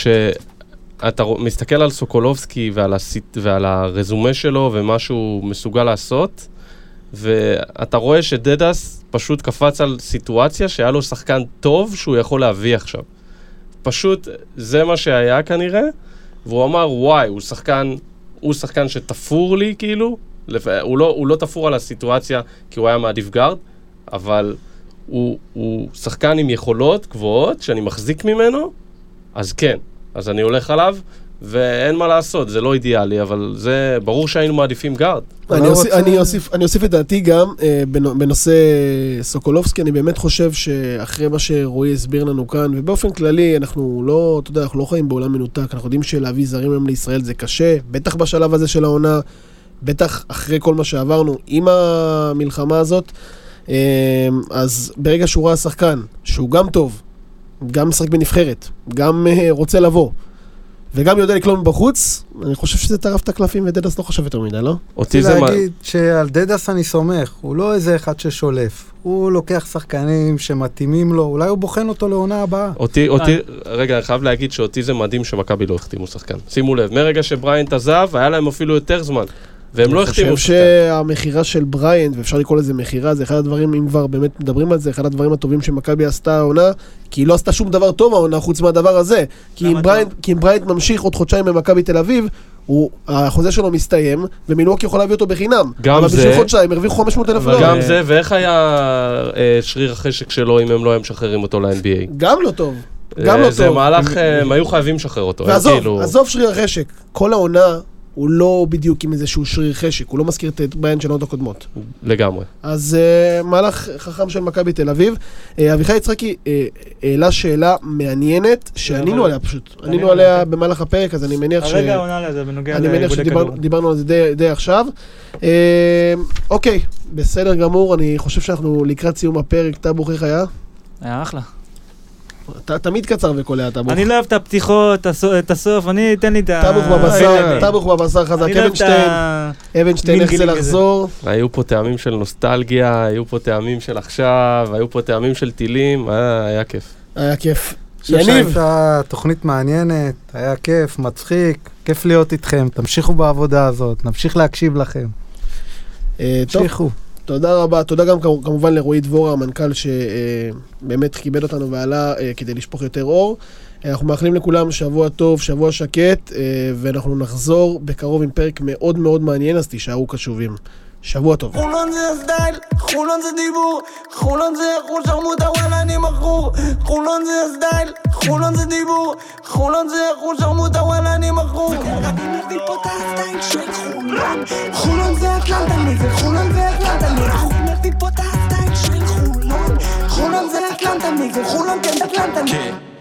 שאתה מסתכל על סוקולובסקי ועל הרזומה שלו ומה שהוא מסוגל לעשות, ואתה רואה שדדס פשוט קפץ על סיטואציה שהיה לו שחקן טוב שהוא יכול להביא עכשיו. פשוט זה מה שהיה כנראה, והוא אמר, וואי, הוא שחקן, הוא שחקן שתפור לי כאילו, הוא לא, הוא לא תפור על הסיטואציה כי הוא היה מעדיף גארד, אבל הוא, הוא שחקן עם יכולות גבוהות שאני מחזיק ממנו, אז כן, אז אני הולך עליו, ואין מה לעשות, זה לא אידיאלי, אבל זה ברור שהיינו מעדיפים גארד. אני אוסיף את דעתי גם בנושא סוקולובסקי, אני באמת חושב שאחרי מה שרועי הסביר לנו כאן, ובאופן כללי אנחנו לא, אתה יודע, אנחנו לא חיים בעולם מנותק, אנחנו יודעים שלהביא זרים היום לישראל זה קשה, בטח בשלב הזה של העונה, בטח אחרי כל מה שעברנו עם המלחמה הזאת, אז ברגע שהוא ראה שחקן, שהוא גם טוב, גם משחק בנבחרת, גם רוצה לבוא, וגם יודע לקלום בחוץ, אני חושב שזה טרף את הקלפים, ודדס לא חושב יותר מדי, לא? אותי להגיד שעל דדס אני סומך, הוא לא איזה אחד ששולף, הוא לוקח שחקנים שמתאימים לו, אולי הוא בוחן אותו לעונה הבאה. אותי, אותי, רגע, אני חייב להגיד שאותי זה מדהים שמכבי לא החתימו שחקן. שימו לב, מרגע שבריינט עזב, היה להם אפילו יותר זמן, והם לא החתימו שחקן. אני חושב שהמחירה של בריינט, ואפשר לקרוא לזה מחירה, זה אחד הדברים, אם כבר באמת מדברים על זה, אחד הדברים הטובים שמכבי עשתה העונה, כי היא לא עשתה שום דבר טוב העונה חוץ מהדבר הזה. כי אם בריינט, כי אם בריינט ממשיך עוד חודשיים במכבי תל אביב, הוא, החוזה שלו מסתיים, ומילואוקי יכול להביא אותו בחינם. גם זה. אבל בשביל חודשיים הרוויחו חמש מאות אלף דולר. גם זה, ואיך היה אה, שריר החשק שלו אם הם לא היו משחררים אותו ל-אן בי איי? גם לא טוב. גם לא טוב. זה מהלך, הם היו חייבים לשחרר אותו. ועזוב, עזוב שריר החשק. כל העונה הוא לא בדיוק עם איזשהו שריר חשק, הוא לא מזכיר את בריינט של העונות הקודמות. לגמרי. אז uh, מהלך חכם של מכבי תל אביב. Uh, אביחי יצחקי העלה uh, שאלה מעניינת, שענינו עליה פשוט. ענינו עליה במהלך הפרק, אז אני מניח ש... הרגע עונה לזה בנוגע אני מניח שדיברנו על זה די, די עכשיו. Uh, אוקיי, בסדר גמור, אני חושב שאנחנו לקראת סיום הפרק. טאבוך, איך היה? היה אחלה. אתה תמיד קצר וקולע, טאבוך. אני לא אוהב את הפתיחות, את הסוף, אני אתן לי את ה... טאבוך בבשר, טאבוך בבשר חזק, אבנשטיין, אבנשטיין איך זה לחזור. היו פה טעמים של נוסטלגיה, היו פה טעמים של עכשיו, היו פה טעמים של טילים, היה כיף. היה כיף. יניב. הייתה תוכנית מעניינת, היה כיף, מצחיק, כיף להיות איתכם, תמשיכו בעבודה הזאת, נמשיך להקשיב לכם. תמשיכו. תודה רבה, תודה גם כמובן לרועי דבורה, המנכ"ל שבאמת כיבד אותנו ועלה כדי לשפוך יותר אור. אנחנו מאחלים לכולם שבוע טוב, שבוע שקט, ואנחנו נחזור בקרוב עם פרק מאוד מאוד מעניין, אז תישארו קשובים. שבוע טוב. חולון זה הסטייל, חולון זה דיבור, חולון זה חול שרמוטה וואלה אני מכור. חולון זה הסטייל, חולון זה דיבור, חולון זה חול שרמוטה וואלה אני מכור. אני מביא פה את הסטייל של חולון, חולון זה אטלנטני וחולון זה אטלנטני. אני מביא פה את הסטייל של חולון, חולון זה אטלנטני וחולון כן אטלנטני.